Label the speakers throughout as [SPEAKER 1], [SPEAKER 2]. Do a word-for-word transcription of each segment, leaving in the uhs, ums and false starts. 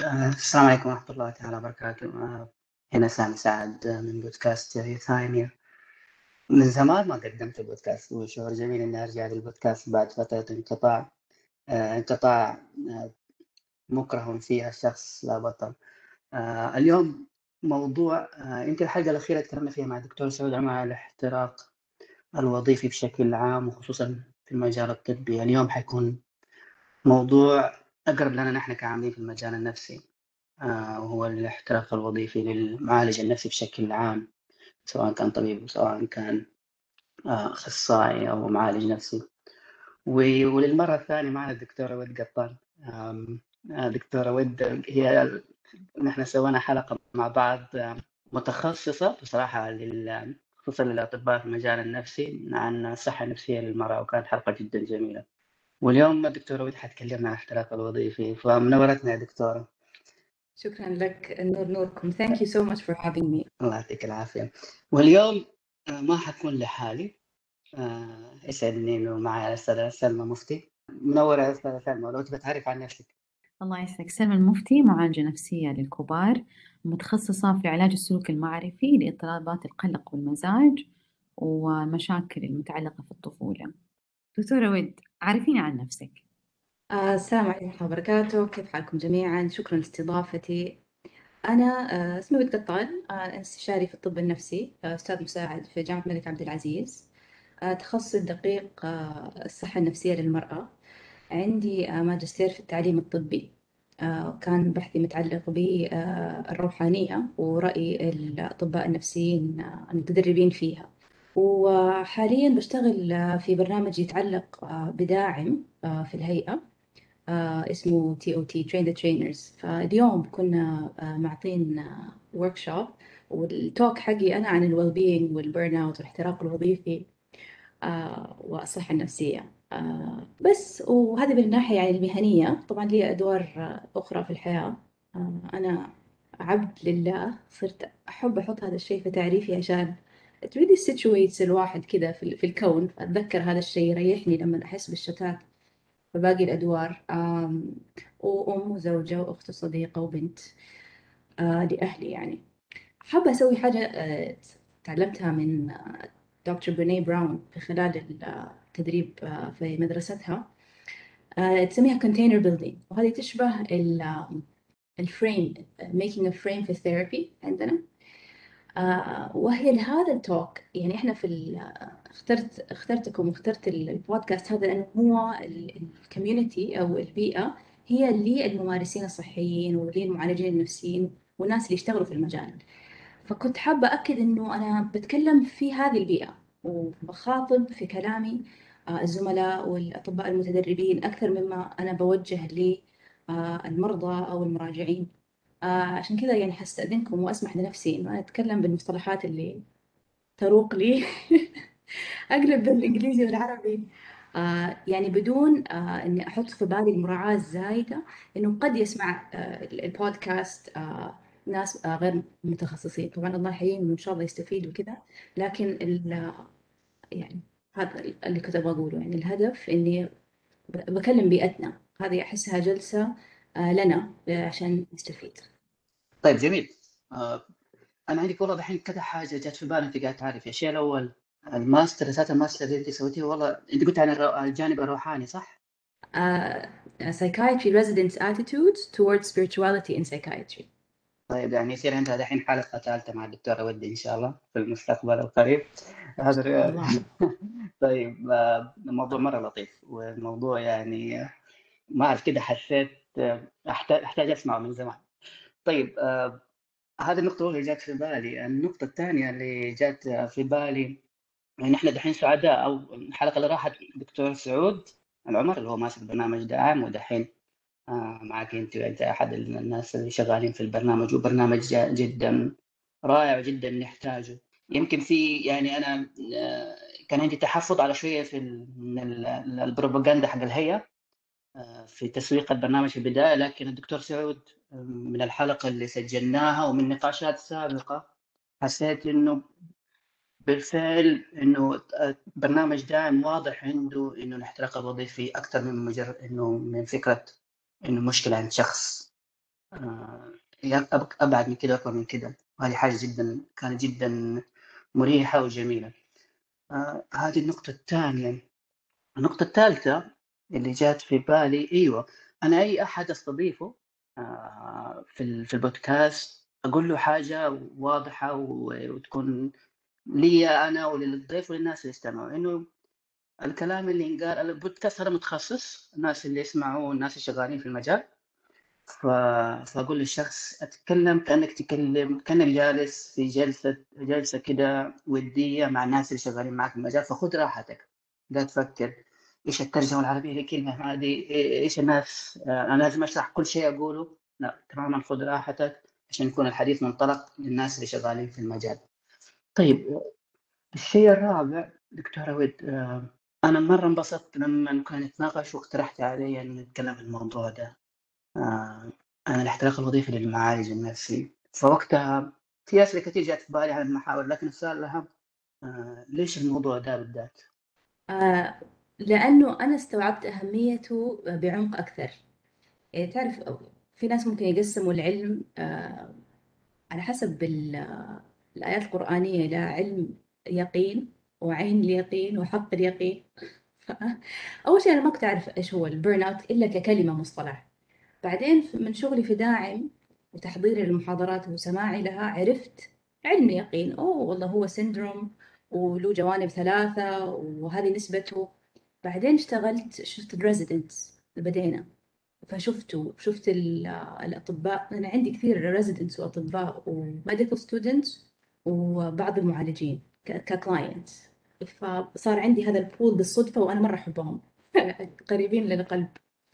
[SPEAKER 1] آه، السلام عليكم ورحمة الله تعالى وبركاته. آه، هنا سامي سعد آه، من بودكاست ثانية. من زمان ما قدمت بودكاست، وشعور جميل إني أرجع للبودكاست بعد فترة انقطاع. آه، انقطاع آه، مكره فيها الشخص لا بطل. آه، اليوم موضوع آه، يمكن الحلقة الأخيرة تكلمنا فيها مع الدكتور سعود عن الاحتراق الوظيفي بشكل عام، وخصوصا في المجال الطبي. اليوم حيكون موضوع أقرب لنا نحن كعاملين في المجال النفسي، آه، وهو الاحتراق الوظيفي للمعالج النفسي بشكل عام، سواء كان طبيب سواء كان آه، أخصائي أو معالج نفسي. و- وللمرة الثانية معنا الدكتورة ود قطان. آم، آه، دكتورة ود هي نحن سوينا حلقة مع بعض آه، متخصصة بصراحة لل خصوصا للأطباء في المجال النفسي عن الصحة النفسية للمرأة، وكانت حلقة جدا جميلة. واليوم الدكتورة ود حتكلمنا عن الاحتراق الوظيفي، فمنورتنا يا دكتورة.
[SPEAKER 2] شكرا لك. النور نوركم. Thank you so much for having me.
[SPEAKER 1] الله يعطيك العافية. واليوم آه، ما حكون لحالي. آه، يسعدني إنه معي الأستاذة سلمى مفتي. منورة يا أستاذة سلمى، لو تبي تعرف عن نفسك.
[SPEAKER 3] الله يسعدك. سلمى المفتي، معالجة نفسية للكبار، متخصصة في علاج السلوك المعرفي لاضطرابات القلق والمزاج والمشاكل المتعلقة في الطفولة. دكتورة ود، عرفينا عن نفسك.
[SPEAKER 2] آه، السلام عليكم ورحمة الله وبركاته. كيف حالكم جميعا؟ شكرا لاستضافتي. أنا آه، اسمي ود قطان. آه، أنا استشاري في الطب النفسي، آه، أستاذ مساعد في جامعة الملك عبد العزيز. آه، تخصصي الدقيق آه، الصحة النفسية للمرأة. عندي آه، ماجستير في التعليم الطبي. آه، كان بحثي متعلق بالروحانية ورأي الأطباء النفسيين آه، المتدربين فيها. وحاليا بشتغل آه، في برنامج يتعلق آه، بداعم آه، في الهيئة، آه، اسمه تي أو تي Train the Trainers. فاليوم كنا آه، معطين ورك شوب، والتوك حقي أنا عن الويل بينج والبرن اوت والاحتراق الوظيفي آه، والصحة النفسية. آه، بس وهذا من الناحية يعني المهنية. طبعا لي أدوار آه، أخرى في الحياة. آه، أنا عبد لله، صرت أحب أحط هذا الشيء في تعريفي عشان it really situates الواحد كذا في, في الكون. فأتذكر هذا الشيء يريحني لما أحس بالشتات في باقي الأدوار. آم، وأم وزوجة وأخت وصديقة وبنت آه، لأهلي يعني. حابة أسوي حاجة آه، تعلمتها من آه، دكتور بريني براون في خلال التدريب آه، في مدرستها. آه، تسميها container building، وهذه تشبه الفريم making a frame في الثيرابي عندنا. آه، وهي لهذا التوك يعني احنا في ال- اخترت اخترتكم واخترت البودكاست هذا لانه هو الكوميونتي او البيئه هي اللي الممارسين الصحيين واللي المعالجين النفسيين والناس اللي يشتغلوا في المجال. فكنت حابة أكد إنه أنا بتكلم في هذه البيئة، وبخاطب في كلامي آه، الزملاء والأطباء المتدربين أكثر مما أنا بوجه للمرضى أو المراجعين. آه، عشان كذا يعني حستأذنكم وأسمح لنفسي إنه أنا أتكلم بالمصطلحات اللي تروق لي أقلب بالإنجليزي والعربي. آه، يعني بدون آه، إني أحط في بالي المراعاة الزايدة إنه قد يسمع آه، البودكاست آه، ناس آه، غير متخصصين. طبعا الله يحييهم وإن شاء الله يستفيدوا كذا، لكن ال- يعني هذا اللي كنت أبغى أقوله. يعني الهدف إني ب- بكلم بيئتنا هذه، أحسها جلسة آه، لنا آه، عشان نستفيد.
[SPEAKER 1] طيب جميل. آه، أنا عندي والله دحين كذا حاجة جات في بالي. أنت قاعد تعرف الشيء الأول، الماستر رسالة الماستر اللي أنت سويتيه، والله أنت قلت عن الرو- الجانب الروحاني صح؟
[SPEAKER 2] آه، psychiatry residents attitudes towards spirituality in psychiatry.
[SPEAKER 1] طيب يعني يصير عندها دحين حلقة ثالثة مع الدكتورة ودي إن شاء الله في المستقبل القريب. هذا الر-
[SPEAKER 2] الله.
[SPEAKER 1] طيب آه، الموضوع مرة لطيف، والموضوع يعني آه، ما أعرف كده، حسيت آه، أحتاج أحتاج أسمعه من زمان. طيب آه، هذه النقطة الأولى اللي جات في بالي. النقطة الثانية اللي جات في بالي، يعني إحنا دحين سعداء، أو الحلقة اللي راحت دكتور سعود العمر اللي هو ماسك برنامج دعم، ودحين آه، معك أنت وأنت أحد الناس اللي شغالين في البرنامج، وبرنامج جا- جدا رائع وجدا نحتاجه. يمكن في يعني أنا آه، كان عندي تحفظ على شوية في ال- من ال- ال- البروباغندا حق الهيئة آه، في تسويق البرنامج في البداية، لكن الدكتور سعود آه، من الحلقة اللي سجلناها ومن نقاشات سابقة حسيت إنه بالفعل إنه برنامج داعم واضح عنده إنه الاحتراق الوظيفي أكثر من مجرد إنه من فكرة إنه مشكلة عند شخص. آه، يا- أب- أبعد من كده أكبر من كده، وهذه حاجة جدا كانت جدا مريحة وجميلة. آه، هذه النقطة الثانية. النقطة الثالثة اللي جات في بالي، أيوة، أنا أي أحد أستضيفه آه، في ال- في البودكاست أقول له حاجة واضحة و- وتكون لي أنا وللضيف وللناس اللي يستمعوا، إنه الكلام اللي ينقال البودكاست هذا متخصص، الناس اللي يسمعوا والناس اللي شغالين في المجال. ف... فأقول للشخص أتكلم كأنك تكلم كأنك جالس في جلسة جلسة كده ودية مع الناس اللي شغالين معك في المجال، فخذ راحتك، لا تفكر إيش الترجمة العربية للكلمة هذه، إيش الناس، أنا لازم أشرح كل شيء أقوله. لا تماما، خذ راحتك عشان يكون الحديث منطلق للناس اللي شغالين في المجال. طيب، الشيء الرابع دكتورة ود، آه، أنا مرة انبسطت لما كنا نتناقش واقترحت علي أن نتكلم في الموضوع ده. آه، أنا الاحتراق الوظيفي للمعالج النفسي، فوقتها في أسئلة كتير جات في بالي عن المحاور، لكن السؤال الأهم آه، ليش الموضوع ده بالذات؟
[SPEAKER 2] آه، لأنه أنا استوعبت أهميته بعمق أكثر. يعني تعرف، في ناس ممكن يقسموا العلم آه، على حسب ال- الآيات القرآنية إلى علم يقين وعين اليقين وحق اليقين. ف- أول شيء أنا ما كنت أعرف إيش هو البيرن أوت إلا ككلمة مصطلح. بعدين من شغلي في داعم وتحضيري للمحاضرات وسماعي لها عرفت علم يقين، أوه والله هو سيندروم وله جوانب ثلاثة وهذه نسبته. بعدين اشتغلت، شفت الريزيدنتس بدينا، فشفته شفت ال- الأطباء. أنا عندي كثير ريزيدنتس وأطباء وميديكال ستودنتس وبعض المعالجين ككلاينتس، فصار عندي هذا البول بالصدفة وأنا مرة أحبهم قريبين للقلب.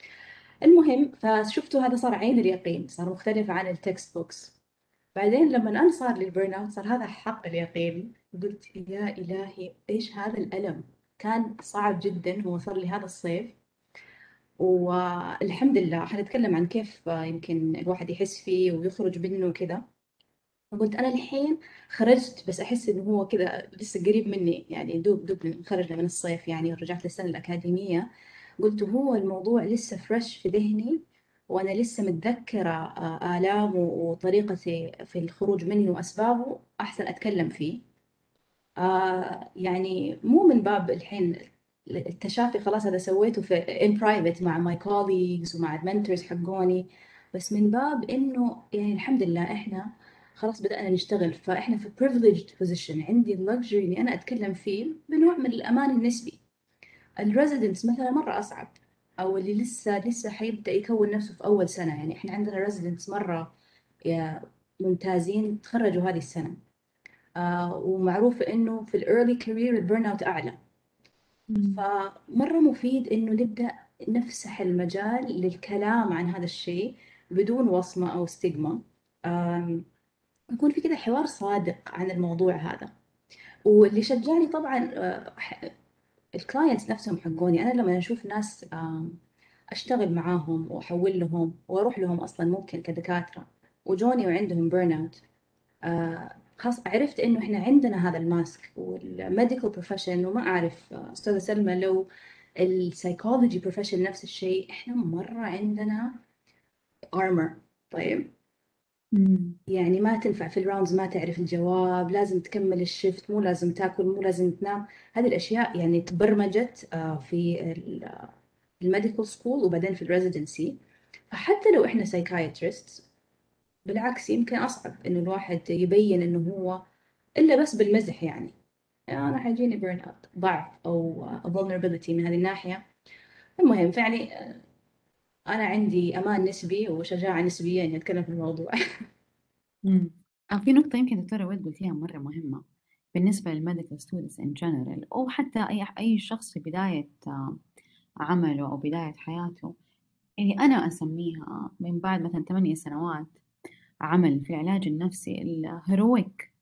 [SPEAKER 2] المهم فشفته هذا صار عين اليقين، صار مختلف عن التكست بوكس. بعدين لما أنا صار لي البيرن اوت صار هذا حق اليقين. قلت يا إلهي إيش هذا الألم، كان صعب جدا وصار لي هذا الصيف. والحمد لله حنتكلم عن كيف يمكن الواحد يحس فيه ويخرج منه وكذا. فقلت أنا الحين خرجت، بس أحس إنه هو كذا لسه قريب مني، يعني دوب دوب خرجنا من الصيف يعني ورجعت للسنة الأكاديمية. قلت هو الموضوع لسه فريش في ذهني، وأنا لسه متذكرة آه، آلامه وطريقتي في الخروج منه وأسبابه، أحسن أتكلم فيه. آه يعني مو من باب الحين التشافي، خلاص هذا سويته في in private مع my colleagues ومع المنتورز حقوني، بس من باب إنه يعني الحمد لله إحنا خلاص بدأنا نشتغل، فإحنا في privileged position، عندي اللكجري إني أنا أتكلم فيه بنوع من الأمان النسبي. الريزيدنتس مثلا مرة أصعب، أو اللي لسه لسه حيبدأ يكون نفسه في أول سنة. يعني إحنا عندنا ريزيدنتس مرة يا ممتازين تخرجوا هذه السنة. آه ومعروف إنه في الأيرلي كارير البيرن أوت أعلى.
[SPEAKER 3] مم.
[SPEAKER 2] فمرة مفيد إنه نبدأ نفسح المجال للكلام عن هذا الشيء بدون وصمة أو ستيغما. آم، يكون في كده حوار صادق عن الموضوع هذا. واللي شجعني طبعا الكلاينتس نفسهم حقوني. أنا لما أشوف ناس آم، أشتغل معاهم وأحول لهم وأروح لهم أصلا ممكن كدكاترة وجوني وعندهم بيرن أوت، آه، خلاص عرفت انه احنا عندنا هذا الماسك والميديكال بروفيشن. وما اعرف آه، استاذة سلمى لو السايكولوجي بروفيشن نفس الشيء، احنا مرة عندنا ارمر. طيب،
[SPEAKER 3] مم.
[SPEAKER 2] يعني ما تنفع في الراوندز ما تعرف الجواب، لازم تكمل الشيفت، مو لازم تاكل، مو لازم تنام. هذه الاشياء يعني تبرمجت آه، في الميديكال سكول وبعدين في الريزيدنسي. فحتى لو احنا سايكايترست بالعكس يمكن أصعب إنه الواحد يبين إنه هو إلا بس بالمزح. يعني أنا حيجيني بيرن أوت، ضعف أو vulnerability من هذه الناحية. المهم فيعني أنا عندي أمان نسبي وشجاعة نسبية إني أتكلم في الموضوع.
[SPEAKER 3] مم. أو في نقطة يمكن دكتورة ود قلتيها مرة مهمة بالنسبة للميديكال ستودنتس in general، أو حتى أي أي شخص في بداية آه، عمله أو بداية حياته. يعني أنا أسميها من بعد مثلا ثمانية سنوات عمل في العلاج النفسي الهيرويك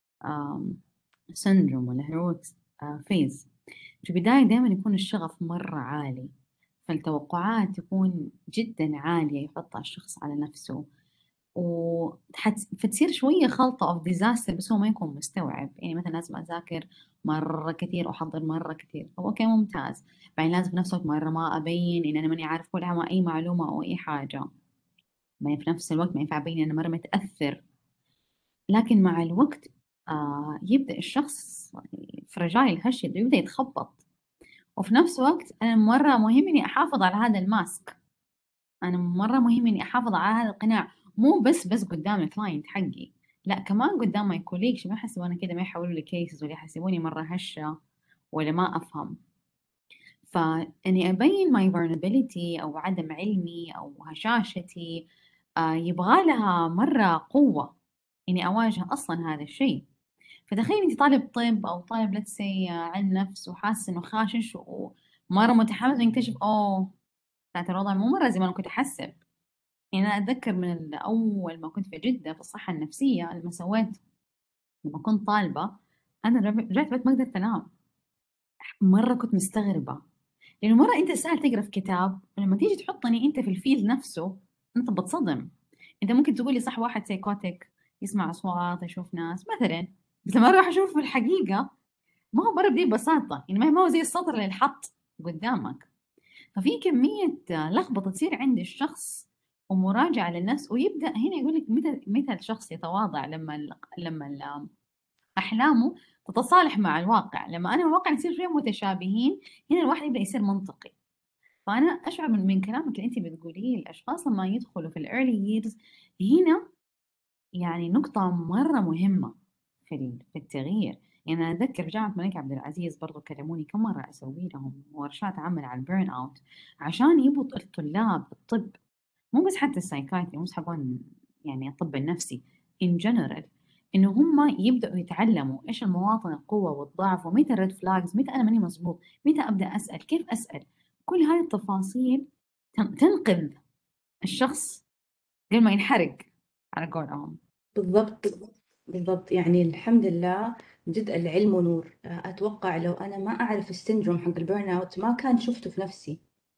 [SPEAKER 3] سندروم ولا هيرويك فيز. في البداية دائما يكون الشغف مرة عالي، فالتوقعات تكون جدا عالية يحطها الشخص على نفسه، وحت... فتصير شوية خلطة أوف ديزاستر، بس هو ما يكون مستوعب. يعني مثلا لازم أذاكر مرة كثير وأحضر مرة كثير، هو أوكي ممتاز، بعدين لازم في نفس الوقت مرة ما أبين إن أنا ماني عارف كل أي معلومة أو أي حاجة. ما في نفس الوقت ما ينفع أبين أنا مرة متأثر. لكن مع الوقت آه يبدأ الشخص فراجايل هش يبدأ يتخبط. وفي نفس الوقت أنا مرة مهم إني أحافظ على هذا الماسك، أنا مرة مهم إني أحافظ على هذا القناع، مو بس بس قدام الكلاينت حقي، لا كمان قدام ماي كوليكس، ما يحسبوا أنا كده، ما يحولوا لي كيسز ولا يحسبوني مرة هشة ولا ما أفهم. فإني أبين ماي vulnerability أو عدم علمي أو هشاشتي آه يبغى لها مرة قوة إني أواجه أصلا هذا الشيء. فتخيل أنت طالب طب أو طالب let's say علم نفس وحاسس إنه خاشش ومرة متحمس يكتشف أوه كانت الوضع مو مرة زي ما أنا كنت أحسب. يعني أنا أتذكر من أول ما كنت في جدة في الصحة النفسية لما سويت، لما كنت طالبة أنا رجعت بيت ما قدرت أنام، مرة كنت مستغربة، لأنه مرة أنت سهل تقرأ في كتاب ولما تيجي تحطني أنت في الفيل نفسه أنت بتصدم. أنت ممكن تقولي صح واحد سايكوتيك يسمع أصوات يشوف ناس مثلا، بس لما أروح أشوف في الحقيقة ما هو مرة بدي ببساطة، يعني ما هو زي السطر اللي انحط قدامك. ففي كمية لخبطة تصير عند الشخص ومراجعة للنفس، ويبدأ هنا يقول لك متى متى الشخص يتواضع، لما ال لما ال أحلامه تتصالح مع الواقع، لما أنا والواقع نصير شوية متشابهين، هنا الواحد يبدأ يصير منطقي. فأنا أشعر من, من كلامك اللي أنت بتقوليه الأشخاص لما يدخلوا في الأيرلي ييرز هنا يعني نقطة مرة مهمة في في التغيير. يعني أنا أتذكر في جامعة الملك عبد العزيز برضو كلموني كم مرة أسوي لهم ورشات عمل عن البيرن أوت عشان يبوا الطلاب الطب، مو بس حتى السايكايتري، مو بس حقون يعني الطب النفسي in general، إنه هم يبدأوا يتعلموا إيش المواطن القوة والضعف، ومتى الريد فلاجز، متى أنا ماني مظبوط، متى أبدأ أسأل، كيف أسأل. كل هذه التفاصيل تنقذ الشخص قبل ما ينحرق على قولهم.
[SPEAKER 2] بالضبط بالضبط. يعني الحمد لله جد العلم نور. أتوقع لو أنا ما أعرف السندروم حق البيرن أوت ما كان شفته في نفسي.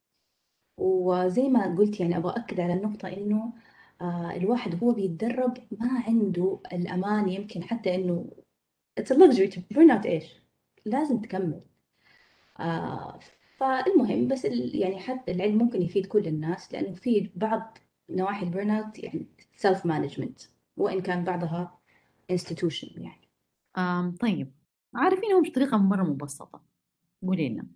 [SPEAKER 2] وزي ما قلت يعني أبغى أكد على النقطة إنه آه الواحد هو بيتدرب ما عنده الأمان، يمكن حتى إنه it's a luxury to burn out إيش لازم تكمل. آه فالمهم بس يعني حتى العلم ممكن يفيد كل الناس، لأنه في بعض نواحي البيرن أوت يعني self management وإن كان بعضها institution يعني.
[SPEAKER 3] آم طيب عارفينهم بطريقة مرة مبسطة، قولي لنا.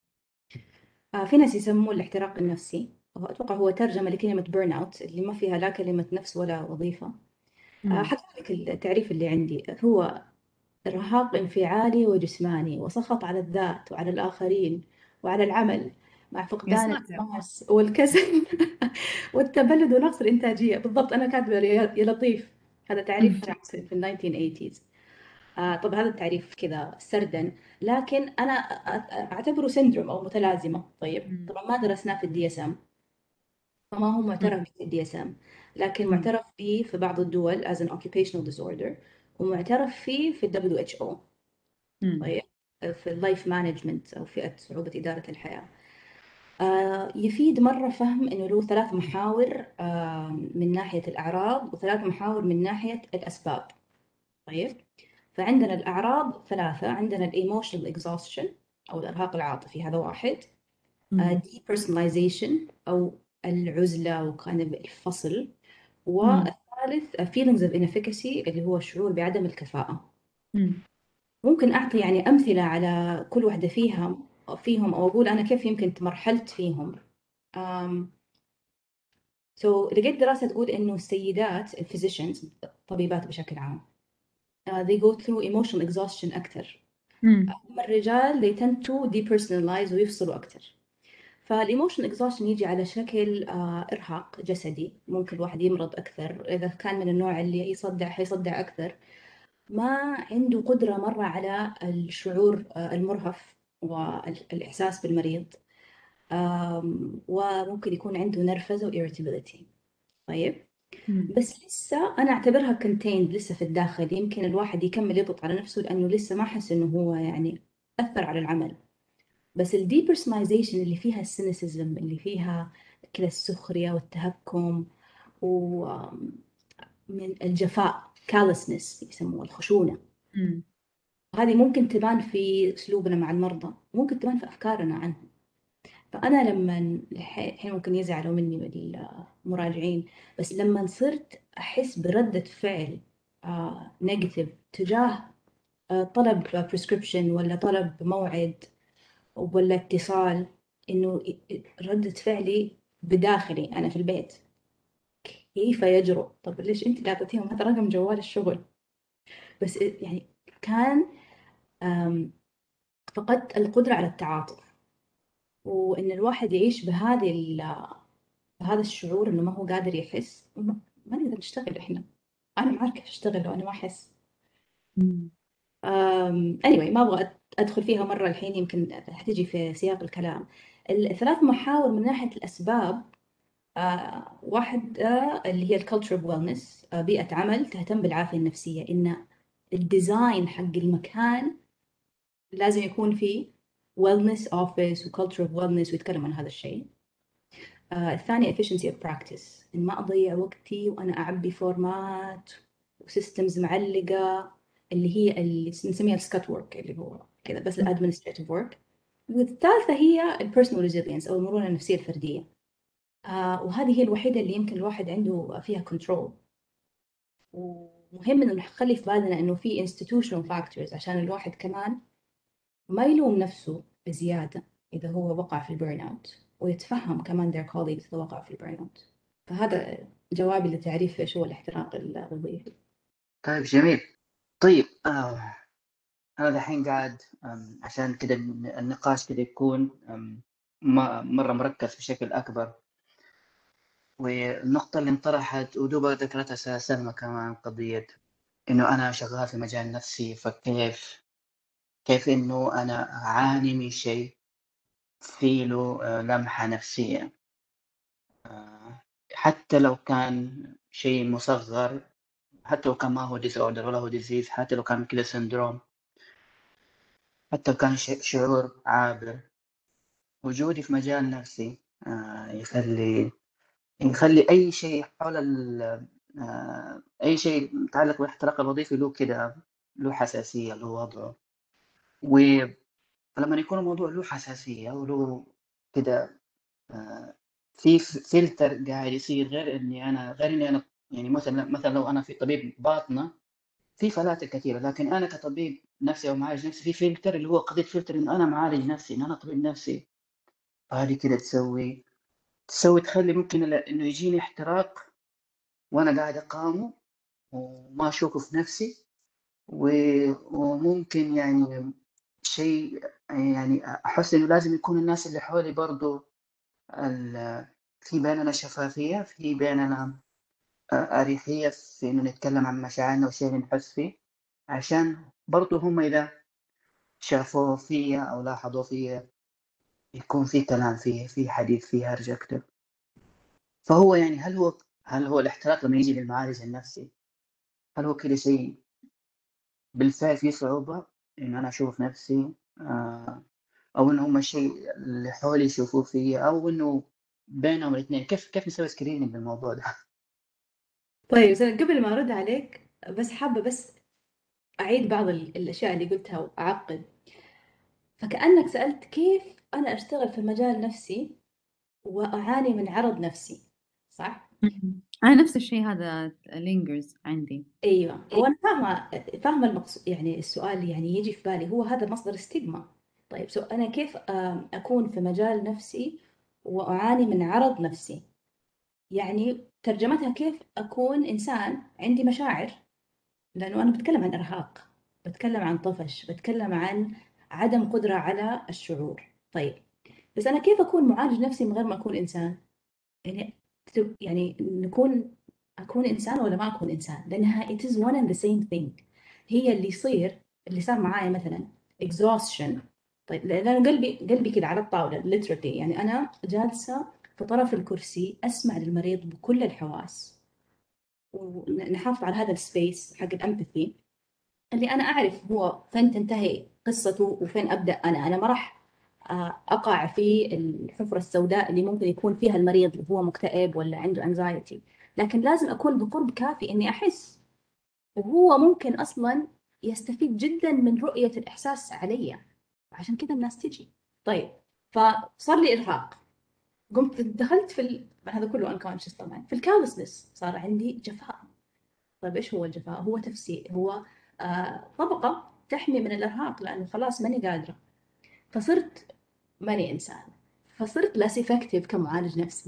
[SPEAKER 2] آه في ناس يسموه الاحتراق النفسي، وأتوقع هو ترجمة لكلمة بيرن أوت اللي ما فيها لا كلمة نفس ولا وظيفة. آه حكيت لك التعريف اللي عندي، هو إرهاق انفعالي وجسماني وسخط على الذات وعلى الآخرين وعلى العمل مع
[SPEAKER 3] يا
[SPEAKER 2] فقدان
[SPEAKER 3] ساتر.
[SPEAKER 2] الحماس والكسل والتبلد ونقص الإنتاجية. بالضبط أنا كاتبة يا يا لطيف، هذا تعريف فرنسي في ال nineteen eighties. آه طب هذا التعريف كذا سردا، لكن أنا أ- أعتبره سندروم أو متلازمة. طيب طبعا ما درسناه في الدي اس ام، فما هو معترف به في الدي اس ام، لكن معترف به في بعض الدول as an occupational disorder، ومعترف فيه في ال دبليو اتش او. طيب في اللايف مانجمنت أو فئة صعوبة إدارة الحياة. آه يفيد مرة فهم إنه له ثلاث محاور آه من ناحية الأعراض وثلاث محاور من ناحية الأسباب. طيب فعندنا الأعراض ثلاثة، عندنا الإيموشنال إكزوستشن أو الإرهاق العاطفي، هذا واحد. آه depersonalization أو العزلة وكان الفصل. والثالث feelings of inefficacy اللي هو الشعور بعدم الكفاءة.
[SPEAKER 3] مم.
[SPEAKER 2] ممكن أعطي يعني أمثلة على كل واحدة فيها فيهم أو أقول أنا كيف يمكن تمرحلت فيهم. um, so لقيت دراسة تقول إنه السيدات الفيزيشنز الطبيبات بشكل عام uh, they go through emotional exhaustion أكثر. أما الرجال they tend to depersonalize ويفصلوا أكثر. فالإيموشن إكزوشن يجي على شكل آه إرهاق جسدي، ممكن الواحد يمرض أكثر إذا كان من النوع اللي يصدع حيصدع أكثر، ما عنده قدرة مرة على الشعور المرهف والإحساس بالمريض، وممكن يكون عنده نرفزة و irritability. طيب بس لسه أنا أعتبرها contained لسه في الداخل، يمكن الواحد يكمل يضغط على نفسه لأنه لسه ما حس إنه هو يعني أثر على العمل. بس ال depersonalization اللي فيها السينيسيزم، اللي فيها كذا السخرية والتهكم ومن الجفاء callousness يسموها الخشونة،
[SPEAKER 3] مم.
[SPEAKER 2] هذه ممكن تبان في أسلوبنا مع المرضى، ممكن تبان في أفكارنا عنهم. فأنا لما الحين ممكن يزعلوا مني المراجعين، بس لما صرت أحس بردة فعل نيجاتيف تجاه آه، طلب بريسكريبشن ولا طلب موعد ولا اتصال، إنه ردة فعلي بداخلي أنا في البيت كيف يجرؤ؟ طب ليش أنت لا تعطيهم هذا رقم جوال الشغل؟ بس يعني كان آم، فقدت القدرة على التعاطف، وإن الواحد يعيش بهذه ال- بهذا الشعور إنه ما هو قادر يحس، ما ما نقدر نشتغل إحنا. أنا ما أعرف كيف أشتغل لو أنا ما أحس.
[SPEAKER 3] مم.
[SPEAKER 2] أم، anyway ما أبغى أد- أدخل فيها مرة الحين، يمكن هتجي في سياق الكلام. الثلاث محاور من ناحية الأسباب، آه، واحد آه، اللي هي الكالتشر ويلنس، بيئة عمل تهتم بالعافية النفسية، إن الديزاين حق المكان لازم يكون فيه wellness office و culture of wellness ويتكلم عن هذا الشيء. آه، الثاني efficiency of practice، إن ما أضيع وقتي وأنا أعبي فورمات وسيستمز معلقة، اللي هي اللي نسميها السكات ورك، اللي هو كذا بس الادمنستريتيف ورك. والثالثة هي البيرسونال ريزيلينس أو المرونة النفسية الفردية. آه، وهذه هي الوحيدة اللي يمكن الواحد عنده فيها كنترول. ومهم إنه نخلي في بالنا إنه في institutional factors عشان الواحد كمان ما يلوم نفسه بزيادة إذا هو وقع في البيرن أوت، ويتفهم كمان their colleagues إذا وقعوا في البيرن أوت. فهذا جوابي لتعريف إيش هو الاحتراق الوظيفي.
[SPEAKER 1] طيب جميل. طيب آه أنا دحين قاعد آم، عشان كده النقاش كده يكون آم، ما- مرة مركز بشكل أكبر. والنقطة اللي انطرحت ودوبها ذكرتها سلمى كمان، قضية إنه أنا شغال في مجال نفسي، فكيف كيف إنه أنا أعاني من شيء في له آه، لمحة نفسية، آه، حتى لو كان شيء مصغر، حتى لو كان ما هو disorder ولا هو disease، حتى لو كان كده سندروم، حتى لو كان ش- شعور عابر، وجودي في مجال نفسي آه، يخلي يخلي أي شيء حول ال- آه، أي شيء متعلق بالاحتراق الوظيفي له كده، له حساسية، له وضعه. ولما يكون الموضوع له حساسية وله كده آه، في فلتر قاعد يصير، غير إني أنا غير إني أنا يعني مثلا مثلا لو أنا في طبيب باطنة في فلاتر كثيرة، لكن أنا كطبيب نفسي أو معالج نفسي في فلتر اللي هو قضية فلتر إنه أنا معالج نفسي، إنه أنا طبيب نفسي. فهذه كده تسوي تسوي تخلي ممكن ل- إنه يجيني احتراق وأنا قاعد أقاومه وما أشوفه في نفسي. و- وممكن يعني شيء يعني أحس إنه لازم يكون الناس اللي حولي برضو ال- في بيننا شفافية، في بيننا أريحية في إنه نتكلم عن مشاعرنا والشيء اللي نحس فيه، عشان برضو هم إذا شافوه فيا أو لاحظوا فيا يكون في كلام فيه، في حديث فيه، هرجة أكتر. فهو يعني هل هو هل هو الاحتراق لما يجي للمعالج النفسي، هل هو كده شيء بالفعل فيه صعوبة إن أنا أشوف نفسي، آه، أو إنه هم الشيء اللي حولي يشوفوه فيا، أو إنه بينهم الاثنين؟ كيف كيف نسوي سكريننج بالموضوع ده؟
[SPEAKER 2] طيب بس أنا قبل ما أرد عليك بس حابة بس أعيد بعض ال- الأشياء اللي قلتها وأعقب. فكأنك سألت كيف أنا أشتغل في مجال نفسي وأعاني من عرض نفسي، صح؟
[SPEAKER 3] مم. أنا نفس الشيء هذا lingers عندي.
[SPEAKER 2] ايوه، وانا فاهمه فاهمه المقصود، يعني السؤال يعني يجي في بالي هو هذا مصدر استجمة. طيب سو انا كيف آم، اكون في مجال نفسي واعاني من عرض نفسي؟ يعني ترجمتها كيف اكون انسان عندي مشاعر، لانه انا بتكلم عن ارهاق، بتكلم عن طفش، بتكلم عن عدم قدرة على الشعور. طيب بس انا كيف اكون معالج نفسي من غير ما اكون انسان؟ يعني يعني نكون أكون إنسان ولا ما أكون إنسان، لأنها it is one and the same thing. هي اللي يصير اللي صار معايا مثلا exhaustion. طيب لأن أنا قلبي قلبي كده على الطاولة literally، يعني أنا جالسة في طرف الكرسي أسمع للمريض بكل الحواس، ونحافظ على هذا السبيس حق الأمباثي اللي أنا أعرف هو فين تنتهي قصته وفين أبدأ أنا. أنا ما راح آه، أقع في الحفرة السوداء اللي ممكن يكون فيها المريض اللي هو مكتئب ولا عنده anxiety، لكن لازم أكون بقرب كافي إني أحس، وهو ممكن أصلا يستفيد جدا من رؤية الإحساس علي، عشان كذا الناس تجي. طيب فصار لي إرهاق، قمت دخلت في ال... هذا كله unconscious طبعا، في الكالسنس صار عندي جفاء. طيب إيش هو الجفاء؟ هو تفسير، هو آه طبقة تحمي من الإرهاق، لأنه خلاص ماني قادرة، فصرت ماني إنسان، فصرت less effective كمعالج نفسي.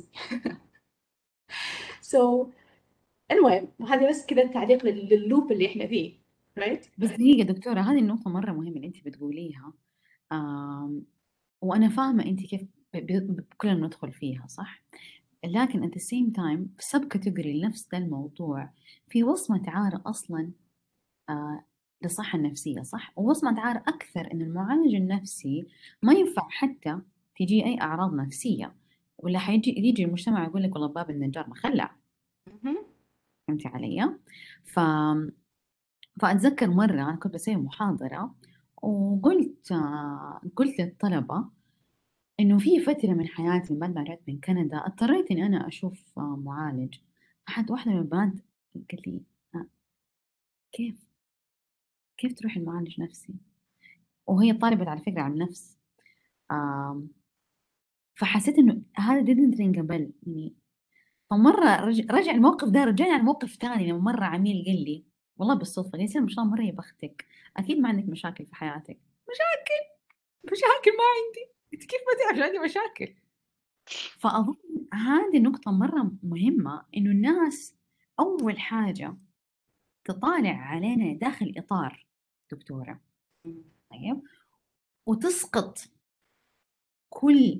[SPEAKER 2] so المهم هذه بس كذا تعليق لل- لللوب اللي احنا فيه، right؟
[SPEAKER 3] بس دقيقة دكتورة، هذه النقطة مرة مهمة اللي أنت بتقوليها. آم، وأنا فاهمة أنت كيف ب- ب- كلنا ندخل فيها، صح؟ لكن at the same time في سب كاتيجوري لنفس ده الموضوع في وصمة عار أصلا آه للصحة النفسية، صح؟ ووصمة عار أكثر إن المعالج النفسي ما ينفع حتى تجي أي أعراض نفسية، ولا حيجي يجي المجتمع يقول لك والله باب النجار مخلع.
[SPEAKER 2] مهم.
[SPEAKER 3] فهمتي علي؟ ف... فأتذكر مرة أنا كنت بسوي محاضرة وقلت آه قلت للطلبة إنه في فترة من حياتي بعد ما رجعت من كندا اضطريت إني أنا أشوف آه معالج. أحد واحدة من البنات قالت لي آه كيف كيف تروحي لمعالج نفسي؟ وهي طالبة على فكرة علم نفس. آم، فحسيت إنه هذا didn't ring a bell يعني. فمرة رج... رجع الموقف ده رجعني على موقف تاني لما مرة عميل قال لي والله بالصدفة قال لي ما شاء الله مرة يا بختك، أكيد ما عندك مشاكل في حياتك. مشاكل مشاكل ما عندي، أنت كيف ما تعرف عندي مشاكل؟ فأظن هذه نقطة مرة مهمة، إنه الناس أول حاجة تطالع علينا داخل إطار دكتورة، طيب، وتسقط كل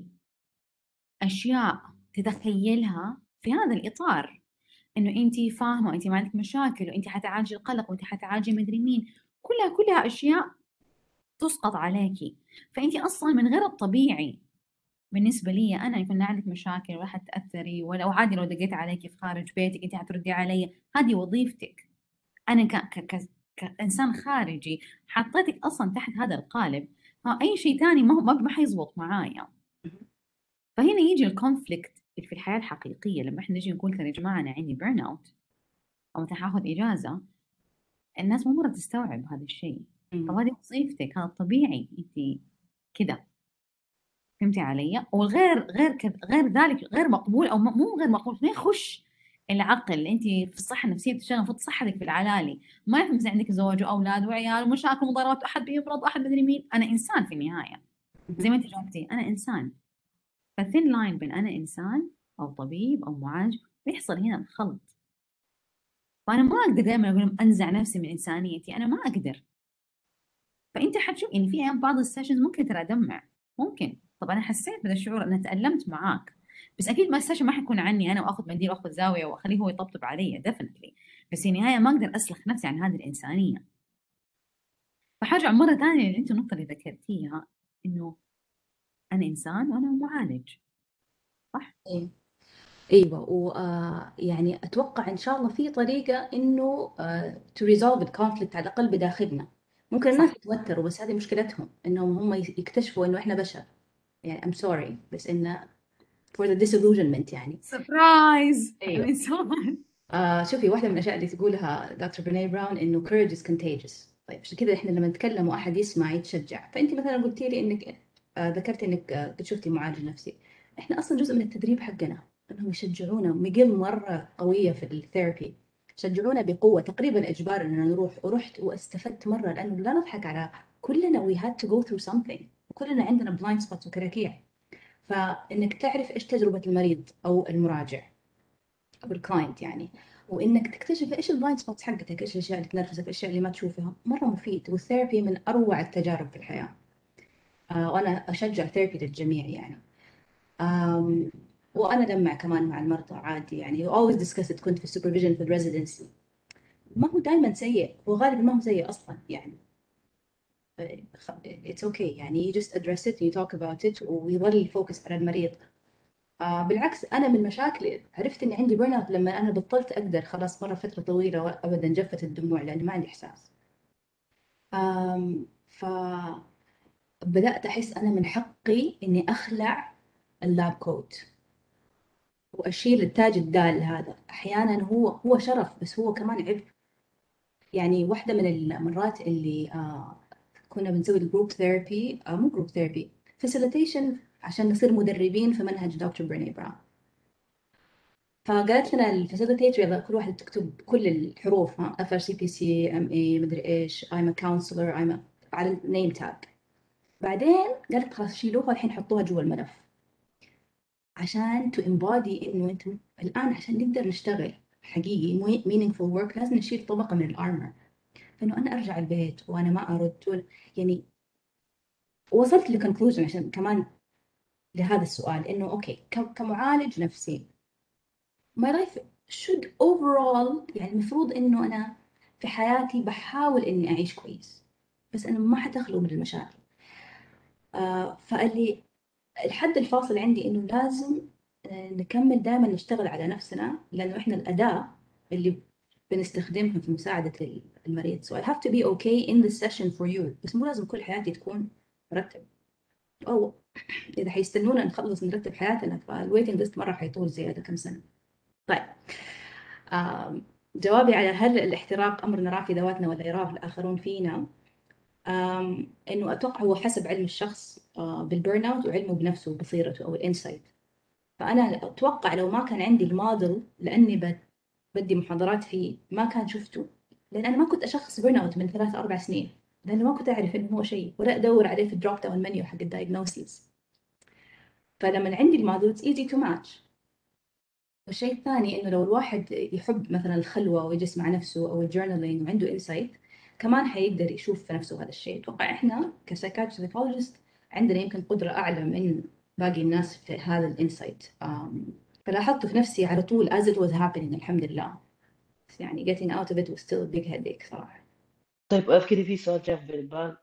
[SPEAKER 3] أشياء تتخيلها في هذا الإطار، إنه أنتِ فاهمة وأنتِ ما عندك مشاكل وأنتِ حتعالجي القلق وأنتِ حتعالجي مدري مين، كلها كلها أشياء تسقط عليكِ. فأنتِ أصلًا من غير الطبيعي بالنسبة لي أنا يكون عندك مشاكل ولا حتتأثري، ولا وعادي لو دقيت عليكِ في خارج بيتك أنتِ حتردي علي، هذه وظيفتك. أنا ك ك ك كإنسان خارجي حطيتك أصلًا تحت هذا القالب، فأي شيء تاني ما هو ما ما حيزبط معايا. فهنا يجي الكونفليكت في الحياة الحقيقية لما احنا نجي نقول ترى يا جماعة أنا عندي بيرن أوت أو أنت حاخذ إجازة، الناس مو مرة تستوعب هذا الشيء. طب هذه وظيفتك، هذا طبيعي أنت كذا. فهمتي علي؟ والغير غير كذ- غير ذلك غير مقبول أو م- مو غير مقبول، ما يخش العقل. أنت في الصحة النفسية بتشتغل المفروض صحتك في العلالي، ما يفهم مثلا عندك زوج وأولاد وعيال ومشاكل ومضاربات وأحد بيمرض وأحد مدري مين. أنا إنسان في النهاية، زي ما أنت جاوبتي أنا إنسان. فالثين لاين بين أنا إنسان أو طبيب أو معالج بيحصل هنا الخلط. فأنا ما أقدر دائما أقول لهم أنزع نفسي من إنسانيتي، أنا ما أقدر. فأنت حتشوف إن في أيام بعض السيشنز ممكن ترى أدمع، ممكن. طب أنا حسيت بهذا الشعور، أنا تألمت معاك، بس أكيد ما السيشن ما حيكون عني أنا وآخذ منديل وآخذ زاوية وأخليه هو يطبطب علي definitely، بس في النهاية ما أقدر أسلخ نفسي عن هذه الإنسانية. فحرجع مرة ثانية لأنت النقطة اللي ذكرتيها، إنه أنا إنسان وأنا معالج، صح؟
[SPEAKER 2] إيه. ايوه، ويعني اتوقع ان شاء الله في طريقه انه تو ريزولف الكونفليكت على الاقل بداخلنا. ممكن الناس
[SPEAKER 3] صح.
[SPEAKER 2] يتوتروا بس هذه مشكلتهم، انهم هم يكتشفوا انه احنا بشر. يعني I'm sorry بس انه for the disillusionment يعني.
[SPEAKER 3] سربرايز
[SPEAKER 2] ايوه.
[SPEAKER 3] الإنسان.
[SPEAKER 2] آه شوفي، واحده من الاشياء اللي تقولها دكتور بريني براون انه courage is contagious. طيب عشان كذا احنا لما نتكلم واحد يسمع يتشجع. فانت مثلا قلتي لي انك آه ذكرتي انك آه قد شفتي معالج نفسي. احنا اصلا جزء من التدريب حقنا انهم يشجعونا. ميجيل مره قويه في الثيرابي، شجعونا بقوه تقريبا اجبار اننا نروح، ورحت واستفدت مره. لانه لا نضحك على كلنا we had to go through something، وكلنا عندنا بلايند سبوتس وكراكيع. فانك تعرف ايش تجربه المريض او المراجع او الكلاينت يعني، وانك تكتشف ايش البلايند سبوتس حقتك، ايش الاشياء اللي تنرفزك، الاشياء اللي ما تشوفها، مره مفيد. والثيرابي من اروع التجارب في الحياه. آه وانا اشجع ثيرابي للجميع يعني. آم وانا دمع كمان مع المرضى عادي يعني. always discuss it. كنت في السوبرفيجن في الريزيدنسي. ما هو دائما سيء، وغالبا ما هو سيء اصلا يعني. it's okay يعني. you just address it, you talk about it، ويظل الفوكس على المريض. آه بالعكس، انا من مشاكلي عرفت اني عندي بيرن اوت لما انا بطلت اقدر خلاص مره فتره طويله وابدا جفت الدموع لاني ما عندي احساس. آم فبدات احس انا من حقي اني اخلع اللاب كوت واشيل التاج الدال هذا. احيانا هو هو شرف بس هو كمان عبء يعني. واحده من المرات اللي آه كنا بنسوي الجروب ثيرابي، آه مو جروب ثيرابي، فاسيليتيشن عشان نصير مدربين في منهج دكتور بريني براون. فقالت لنا الفاسيليتيتور يلا كل واحد تكتب كل الحروف، ها اف ار سي بي سي ام اي مدري ايش I'm a counselor I'm a على النيم تاج. بعدين قالت خلاص شيلوها الحين حطوها جوا الملف عشان to embody انه انتم الان عشان نقدر نشتغل حقيقي meaningful work لازم نشيل طبقه من الارمر. فانه انا ارجع البيت وانا ما ارد يعني. وصلت لكونكلوجن عشان كمان لهذا السؤال انه اوكي كمعالج نفسي my life should overall يعني المفروض انه انا في حياتي بحاول اني اعيش كويس، بس انا ما حتخلو من المشاكل. آه فقال لي الحد الفاصل عندي انه لازم آه نكمل دائما نشتغل على نفسنا، لانه احنا الاداة اللي بنستخدمها في مساعدة المريض. so I have to be okay in this session for you، بس مو لازم كل حياتي تكون مرتب، او اذا حيستنونا نخلص نرتب حياتنا فالويتنج ليست مره حيطول زياده كم سنه. طيب آم، جوابي على هل الاحتراق امر نراه في ذواتنا ولا يراه الاخرون فينا، آم، انه اتوقع هو حسب علم الشخص آه، بالبيرن اوت وعلمه بنفسه وبصيرته او الانسايت. فانا اتوقع لو ما كان عندي الموديل لاني بد- بدي محاضرات فيه ما كان شفته، لان انا ما كنت اشخص بيرن اوت من ثلاث اربع سنين، لانه ما كنت اعرف انه هو شيء ولا ادور عليه في الدروب داون منيو حق الدايجنوسيس. فلما عندي الموديل it's easy to match. والشيء الثاني انه لو الواحد يحب مثلا الخلوه ويجلس مع نفسه او الجورنالينج وعنده انسايت كمان حيقدر يشوف في نفسه هذا الشيء. اتوقع احنا كسايكولوجيست عندنا يمكن قدره اعلى من باقي الناس في هذا الانسايت. فلاحظته في نفسي على طول as it was happening الحمد لله. بس يعني getting out of it was still a big headache صراحه.
[SPEAKER 1] طيب أذكر في سؤال جاء في بالي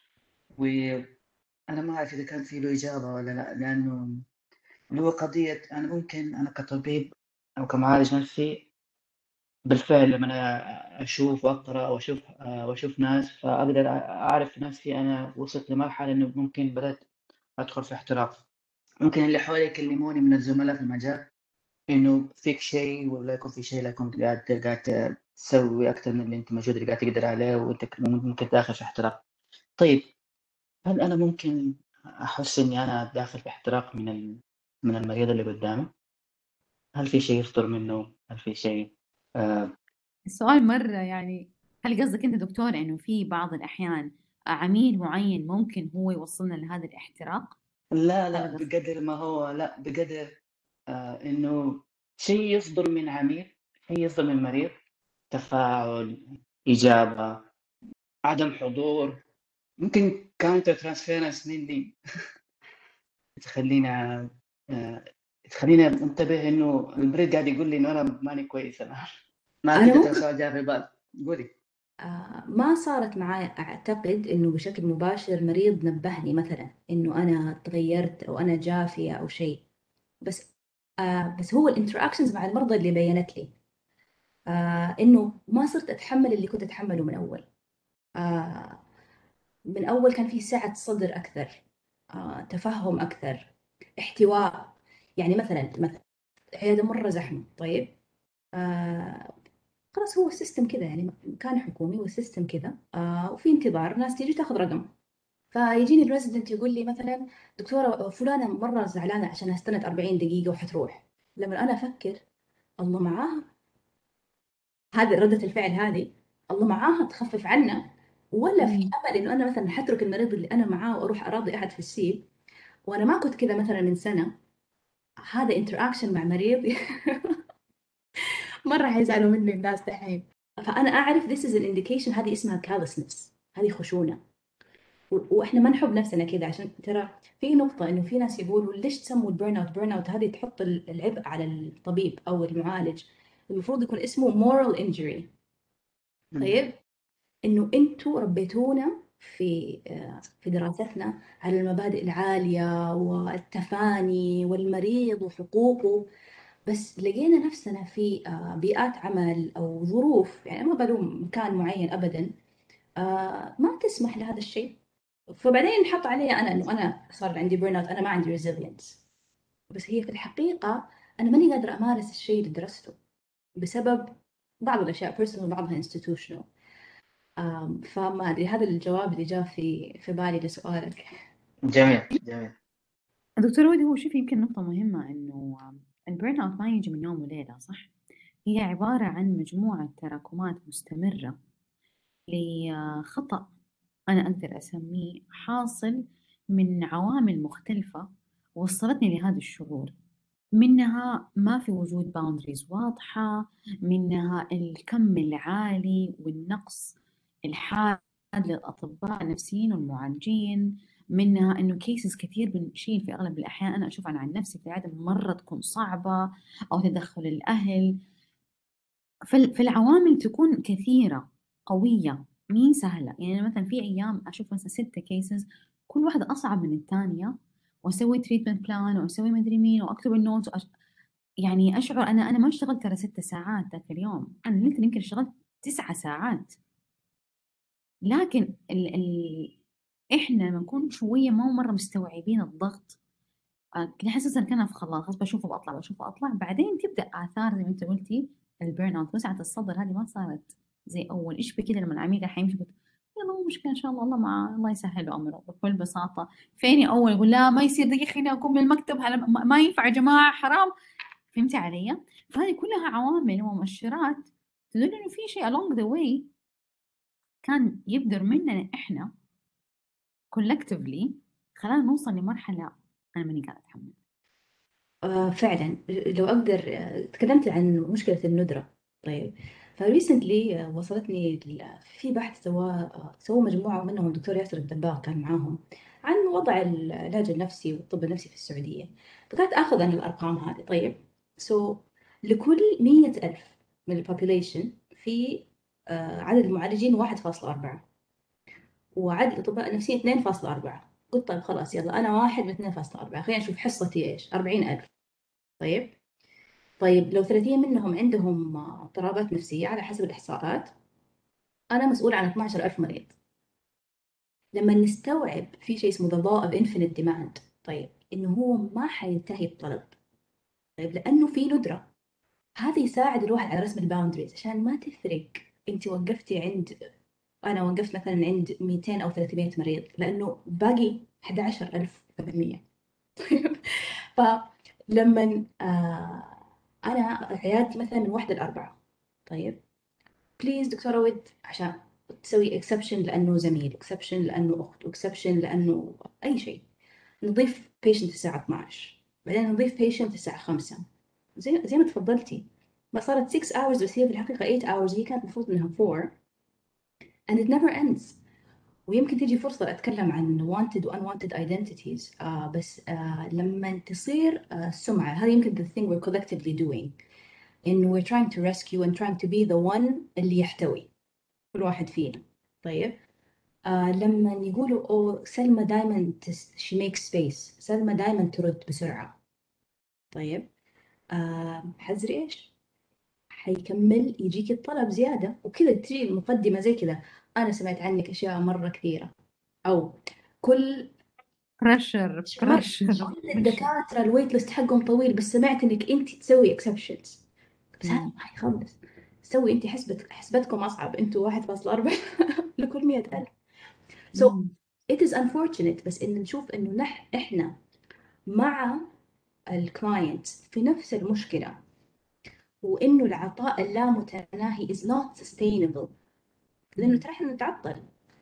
[SPEAKER 1] وأنا ما أعرف إذا كان في له إجابة ولا لا، لأنه اللي هو قضية أنا ممكن أنا كطبيب أو كمعالج نفسي بالفعل لما أنا أشوف وأقرأ وأشوف آه، وأشوف ناس فأقدر أعرف نفسي أنا وصلت لمرحلة إنه ممكن بدأت أدخل في احتراق. ممكن اللي حوالي يكلموني من الزملاء في المجال إنه فيك شيء ولا يكون في شيء، لكن قاعد قاعد تسوي أكثر من اللي أنت موجود اللي قاعد تقدر عليه وأنت ممكن داخل في احتراق. طيب هل أنا ممكن أحس إني أنا داخل في احتراق من ال... من المريض اللي قدامي؟ هل في شيء يصدر منه؟ هل في شيء آه...
[SPEAKER 3] السؤال مرة يعني، هل قصدك أنت دكتور إنه في بعض الأحيان عميل معين ممكن هو يوصلنا لهذا الاحتراق؟
[SPEAKER 1] لا
[SPEAKER 3] هذا
[SPEAKER 1] لا
[SPEAKER 3] قصدك؟
[SPEAKER 1] بقدر ما هو لا بقدر آه إنه شيء يصدر من عميل، شيء يصدر من مريض، تفاعل، إجابة، عدم حضور، ممكن كاونتر ترانسفيرنس مني تخلينا آه، تخليني انتبه انه المريض قاعد يقول لي انه انا ماني كويس. انا ما
[SPEAKER 2] انا
[SPEAKER 1] كذا
[SPEAKER 2] ممكن
[SPEAKER 1] سؤال جاء في بالي. قولي.
[SPEAKER 2] آه، ما صارت معي أعتقد إنه بشكل مباشر مريض نبهني مثلا إنه أنا تغيرت أو أنا جافية أو شيء، بس آه بس هو الانتراكشنز مع المرضى اللي بينت لي آه إنه ما صرت أتحمل اللي كنت أتحمله من أول. آه من أول كان في سعة صدر أكثر، آه تفهم أكثر، احتواء. يعني مثلا مثلا عيادة مرة زحمة، طيب آه خلاص هو السيستم كذا، يعني كان حكومي والسيستم كذا آه وفي انتظار ناس تيجي تاخذ رقم. فيجيني الريزيدنت يقول لي مثلا دكتوره فلانه مره زعلانه عشان استنت أربعين دقيقه وحتروح. لما انا افكر الله معاها، هذه ردة الفعل هذه الله معاها تخفف عنا، ولا في
[SPEAKER 3] مم.
[SPEAKER 2] امل انه انا مثلا حترك المريض اللي انا معاه واروح اراضي احد في السيب وانا ما كنت كذا مثلا من سنه. هذا انتراكشن مع مريض مره حيزعلوا مني الناس دحين. فانا اعرف this is an indication، هذه اسمها callousness، هذه خشونه. و- واحنا ما نحب نفسنا كذا، عشان ترى في نقطة انه في ناس يقولوا ليش تسموا البيرن اوت بيرن اوت، هذه تحط ال- العبء على الطبيب او المعالج. المفروض يكون اسمه moral injury.
[SPEAKER 1] مم.
[SPEAKER 2] طيب انه انتوا ربيتونا في آه، في دراستنا على المبادئ العالية والتفاني والمريض وحقوقه، بس لقينا نفسنا في آه، بيئات عمل او ظروف، يعني ما بلوم مكان معين ابدا آه، ما تسمح لهذا الشيء. فبعدين نحط علي انا انه انا صار عندي بيرن اوت، انا ما عندي ريزيلينس، بس هي في الحقيقه انا ماني قادره امارس الشيء اللي درسته بسبب بعض الاشياء بيرسونال وبعضها انستتيوشنال. فما ادري، هذا الجواب اللي جاء في في بالي لسؤالك.
[SPEAKER 1] جميل جميل.
[SPEAKER 3] دكتور ودي، هو شوفي يمكن نقطة مهمة إنه البيرن أوت ما يجي من يوم وليلة، صح؟ هي عبارة عن مجموعة تراكمات مستمرة لخطأ أنا أقدر أسميه حاصل من عوامل مختلفة وصلتني لهذا الشعور. منها ما في وجود boundaries واضحة، منها الكم العالي والنقص الحاد للأطباء النفسيين والمعالجين، منها إنه cases كثير بنشيل في أغلب الأحيان. أنا أشوف أنا عن نفسي في العادة مرة تكون صعبة، أو تدخل الأهل. فال- فالعوامل تكون كثيرة قوية، مين سهلة. يعني أنا مثلا في أيام أشوف مثلا ستة كيسز كل واحدة أصعب من الثانية، وأسوي تريتمنت بلان وأسوي مدري مين وأكتب النوت وأش... يعني أشعر أنا أنا ما اشتغلت ترى ست ساعات ذاك اليوم، أنا يمكن يمكن اشتغلت تسعة ساعات. لكن ال... ال... إحنا لما نكون شوية ما هو مرة مستوعبين الضغط، آه، كده حاسس إن كان خلاص خلاص بشوفه بطلع بشوفه أطلع، بعدين تبدأ آثار زي ما أنت قلتي البيرن أوت. وسعة الصدر هذه ما صارت زي أول. إيش بكده لما العميل حيمشي قلت يلا مو مشكلة إن شاء الله، الله مع الله يسهل أمره بكل بساطة. فيني أول أقول لا ما يصير دقيقة خليني أقوم من المكتب، هلا ما ما ينفع يا جماعة حرام. فهمتي علي؟ فهذه كلها عوامل ومؤشرات تدل إنه في شيء along the way كان يبدر مننا إحنا collectively خلانا نوصل لمرحلة أنا ماني قاعدة أتحمل.
[SPEAKER 2] آه فعلا، لو أقدر آه، تكلمت عن مشكلة الندرة. طيب، فريسنتلي وصلتني ال- في بحث سواه آه، سووا مجموعة منهم الدكتور ياسر الدباغ كان معاهم، عن وضع العلاج النفسي والطب النفسي في السعودية. فكانت آخذ عن الأرقام هذه. طيب، سو لكل مية ألف من البوبوليشن في آه، عدد المعالجين واحد فاصلة أربعة، وعدد الأطباء النفسيين اثنين فاصلة أربعة. قلت طيب خلاص يلا أنا واحد من اثنين فاصلة أربعة، خلينا نشوف حصتي إيش، أربعين ألف. طيب، طيب لو ثلاثين منهم عندهم اضطرابات نفسية على حسب الإحصاءات، أنا مسؤول عن اثنا عشر ألف مريض. لما نستوعب في شيء اسمه the law of infinite demand، طيب إنه هو ما حينتهي الطلب، طيب لأنه في ندرة. هذا يساعد الواحد على رسم الباوندريز عشان ما تفرق أنت وقفتي عند، أنا وقفت مثلا عند مئتين أو ثلاثمية مريض، لأنه باقي أحد عشر ألف وسبعمية. فلما آه أنا عيادتي مثلا من واحدة لأربعة، طيب بليز دكتورة ود عشان تسوي اكسبشن لأنه زميل، اكسبشن لأنه أخت، اكسبشن لأنه أي شيء، نضيف بيشنت الساعة اثناشر، بعدين نضيف بيشنت الساعة خمسة، زي زي ما تفضلتي. ما صارت ستة hours بس هي في الحقيقة ثمانية hours، هي كانت المفروض إنها أربعة. and it never ends. ويمكن تيجي فرصة أتكلم عن wanted و unwanted identities. آه بس آه لما تصير آه السمعة هذه يمكن the thing we're collectively doing، إنه we're trying to rescue and trying to be the one اللي يحتوي كل واحد فينا. طيب، آه لما يقولوا أو سلمى دايما she makes space، سلمى دايما ترد بسرعة. طيب، آه حزري إيش؟ حيكمل يجيك الطلب زيادة، وكذا تجي المقدمة زي كذا، أنا سمعت عنك أشياء مرة كثيرة، أو كل
[SPEAKER 3] بريشر
[SPEAKER 2] مرة
[SPEAKER 3] بريشر
[SPEAKER 2] كل
[SPEAKER 3] بريشر.
[SPEAKER 2] الدكاترة الويت ليست حقهم طويل، بس سمعت إنك أنت تسوي اكسبشنز. بس هذا ما حيخلص. سوي أنت حسبت حسبتكم أصعب، أنتوا واحد فاصلة أربعة لكل مية ألف. so it is unfortunate، بس إن نشوف إنه نح إحنا مع الكلاينت في نفس المشكلة، وإنه العطاء اللامتناهي is not sustainable، لأنه ترى إحنا نتعطل.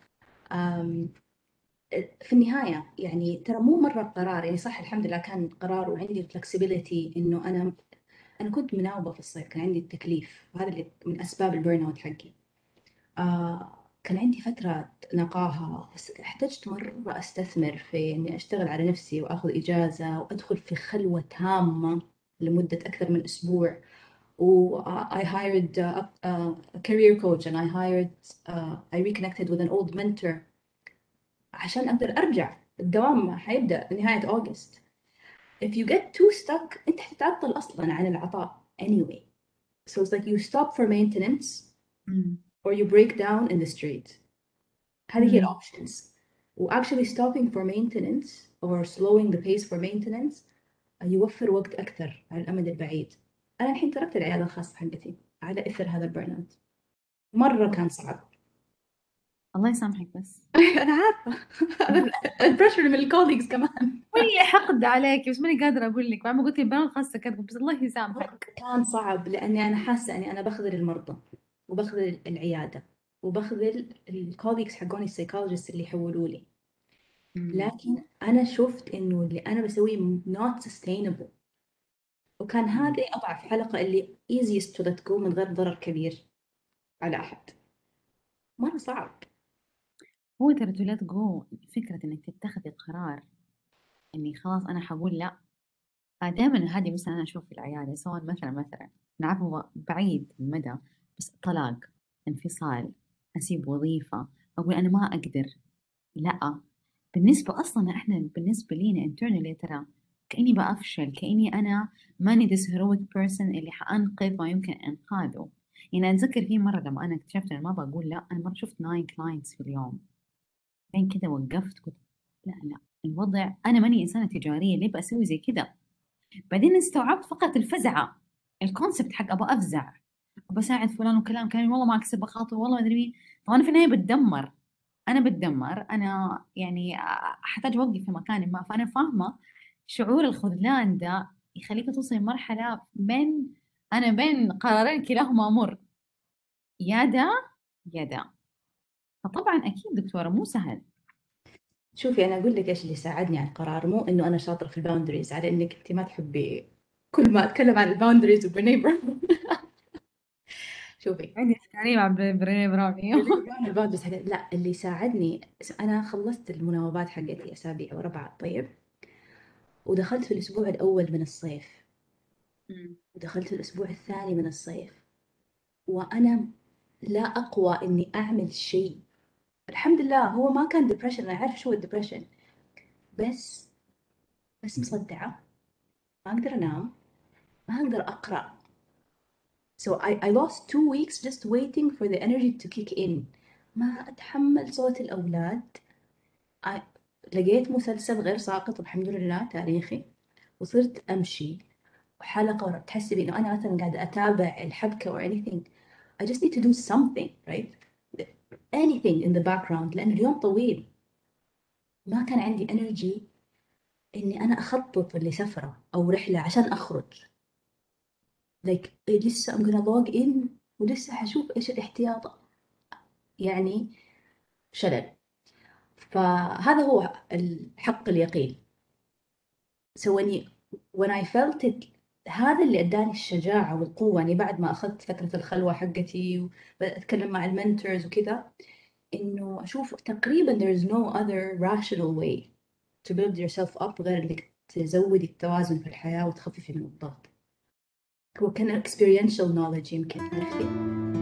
[SPEAKER 2] أم، في النهاية يعني ترى مو مرة قرار، يعني صح الحمد لله كان قرار وعندي flexibility، إنه أنا أنا كنت مناوبة في الصيف، كان عندي التكليف، وهذا اللي من أسباب البيرن أوت حقي. آه كان عندي فترة نقاهة، بس احتجت مرة أستثمر في إني أشتغل على نفسي وأخذ إجازة وأدخل في خلوة تامة لمدة أكثر من أسبوع. و I hired a, a, a career coach and I hired uh, I reconnected with an old mentor عشان أقدر أرجع. الدوام حيبدأ نهاية أغسطس. If you get too stuck أنت حتتعطل أصلاً عن العطاء anyway. So it's like you stop for maintenance or you break down in the street. هذه هي options. و actually stopping for maintenance or slowing the pace for maintenance يوفر وقت أكثر على الأمد البعيد. أنا الحين تركت العيادة الخاصة حقتي على إثر هذا البرن أوت، مرة كان صعب.
[SPEAKER 3] الله يسامحك بس.
[SPEAKER 2] أنا عارفة. البريشر من الكوليجز كمان.
[SPEAKER 3] كل حقد عليك بس ماني قادرة أقول لك، بعد ما قلت لي بنات خاصة كذب، بس الله يسامحك.
[SPEAKER 2] كان صعب لأني أنا حاسة أني أنا بخذل المرضى وبخذل العيادة وبخذل الكوليجز حقوني السايكولوجيست اللي يحولوا لي،
[SPEAKER 3] أمم.
[SPEAKER 2] لكن أنا شفت إنه اللي أنا بسويه not sustainable، وكان
[SPEAKER 3] أمم.
[SPEAKER 2] هذه أضعف حلقة اللي easiest to let go من غير ضرر كبير على أحد. مرة صعب.
[SPEAKER 3] هو ترى to let go، فكرة إنك تتخذي قرار إني خلاص أنا حقول لأ. آه، دائما هذه مثلا أنا أشوف في العيادة، سواء مثلا مثلا نعرف هو بعيد المدى، بس طلاق، انفصال، أسيب وظيفة، أقول أنا ما أقدر، لأ. بالنسبة أصلا إحنا بالنسبة لينا internally ترى كأني بأفشل، كأني أنا ماني this heroic person اللي حأنقذ ما يمكن إنقاذه. يعني أتذكر في مرة لما أنا اكتشفت أنا ما بقول لأ، أنا مرة شفت ناين كلاينتس في اليوم، بعدين كذا وقفت قلت لا لا، الوضع أنا ماني إنسانة تجارية، ليه بأسوي زي كذا؟ بعدين استوعبت فقط الفزعة، الكونسبت حق أبغى أفزع، أبغى أساعد فلان وكلام كلامي والله ما أكسب بخاطر والله ما أدري مين. طبعا أنا في النهاية بتدمر، أنا بتدمر، أنا يعني أحتاج أوقف في مكان ما. فأنا فاهمة شعور الخذلان ده يخليك توصل لمرحلة بين أنا بين قرارين كلاهما مر، يا ده يا ده. فطبعا أكيد دكتورة مو سهل.
[SPEAKER 2] شوفي أنا أقول لك إيش اللي ساعدني على القرار، مو إنه أنا شاطرة في الباوندريز، على إنك أنت ما تحبي كل ما أتكلم عن الباوندريز وبنيبر. شوفي
[SPEAKER 3] عندي أفكاري مع بريني برافيو.
[SPEAKER 2] الباوندريز حق لا، اللي ساعدني أنا خلصت المناوبات حقتي أسابيع ورا بعض، طيب، ودخلت في الأسبوع الأول من الصيف، ودخلت في الأسبوع الثاني من الصيف، وأنا لا أقوى إني أعمل شيء. الحمد لله هو ما كان ديبرشن، أنا عارفة شو الديبرشن، بس بس مصدعة، ما أقدر أنام، ما أقدر أقرأ. So I, I lost two weeks just waiting for the energy to kick in. ما أتحمل صوت الأولاد. I, لقيت مسلسل غير ساقط الحمد لله تاريخي، وصرت أمشي حلقة ورا، تحسبي إنه أنا مثلا قاعدة أتابع الحبكة or anything. I just need to do something, right? Anything in the background، لأن اليوم طويل، ما كان عندي energy إني أنا أخطط لسفرة أو رحلة عشان أخرج. like لسه I'm gonna log in ولسه حشوف إيش الاحتياط، يعني شلل. فهذا هو الحق اليقين. So when, you, when I felt it، هذا اللي اداني الشجاعة والقوة، يعني بعد ما اخذت فترة الخلوة حقتي وبدأت اتكلم مع المنتورز وكذا، انه اشوف تقريبا there is no other rational way to build yourself up غير انك تزودي التوازن في الحياة وتخففي من الضغط. هو كان experiential knowledge يمكن، عرفتي؟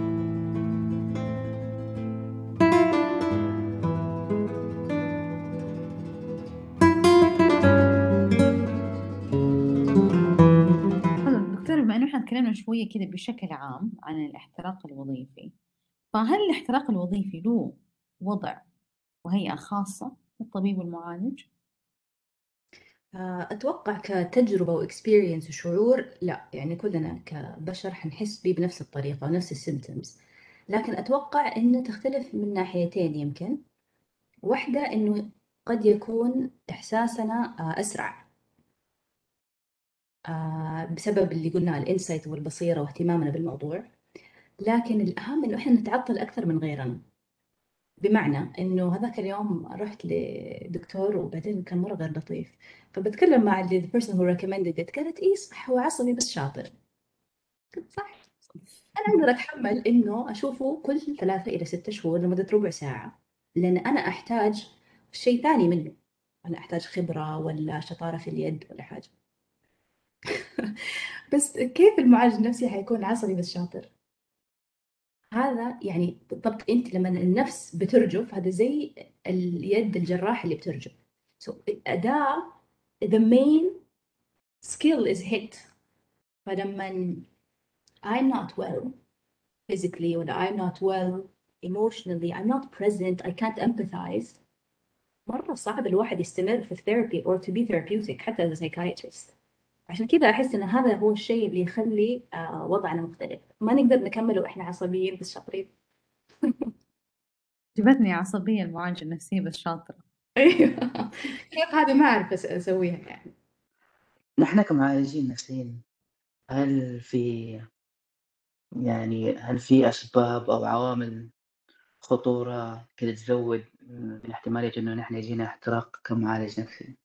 [SPEAKER 3] دكتور، بما انه احنا تكلمنا شويه كذا بشكل عام عن الاحتراق الوظيفي، فهل الاحتراق الوظيفي له وضع وهيئه خاصه للطبيب والمعالج؟
[SPEAKER 2] أتوقع كتجربة وإكسبيرينس وشعور لا، يعني كلنا كبشر حنحس بيه بنفس الطريقة ونفس السيمتومز، لكن أتوقع إنه تختلف من ناحيتين. يمكن واحدة إنه قد يكون إحساسنا أسرع بسبب اللي قلناه الإنسايت والبصيرة واهتمامنا بالموضوع، لكن الأهم إنه إحنا نتعطل أكثر من غيرنا. بمعنى إنه هذاك اليوم رحت لدكتور وبعدين كان مرة غير لطيف، فبتكلم مع ال the person who recommended it، قالت إيه صح هو عصبي بس شاطر. قلت صح، أنا أقدر أتحمل إنه أشوفه كل ثلاثة إلى ستة شهور لمدة ربع ساعة، لأن أنا أحتاج شيء ثاني منه، أنا أحتاج خبرة ولا شطارة في اليد ولا حاجة. بس كيف المعالج النفسي حيكون عصبي بس شاطر؟ هذا يعني بالضبط أنت لما النفس بترجف، هذا زي اليد الجراح اللي بترجف. so أداة the main skill is hit. فلما I'm not well physically or I'm not well emotionally, I'm not present, I can't empathize، مرة صعب الواحد يستمر في الثيرابي or to be therapeutic حتى as a psychiatrist. عشان كذا أحس إن هذا هو الشيء اللي يخلي وضعنا مختلف، ما نقدر نكمل وإحنا عصبيين بس شاطرين.
[SPEAKER 3] جبتني عصبية المعالجة النفسية بس شاطرة.
[SPEAKER 2] أيوه كيف هذا ما أعرف أس- أسويها يعني.
[SPEAKER 1] نحن كمعالجين نفسيين، هل في يعني هل في أسباب أو عوامل خطورة كده تزود من احتمالية إنه نحن يجينا احتراق كمعالج نفسي؟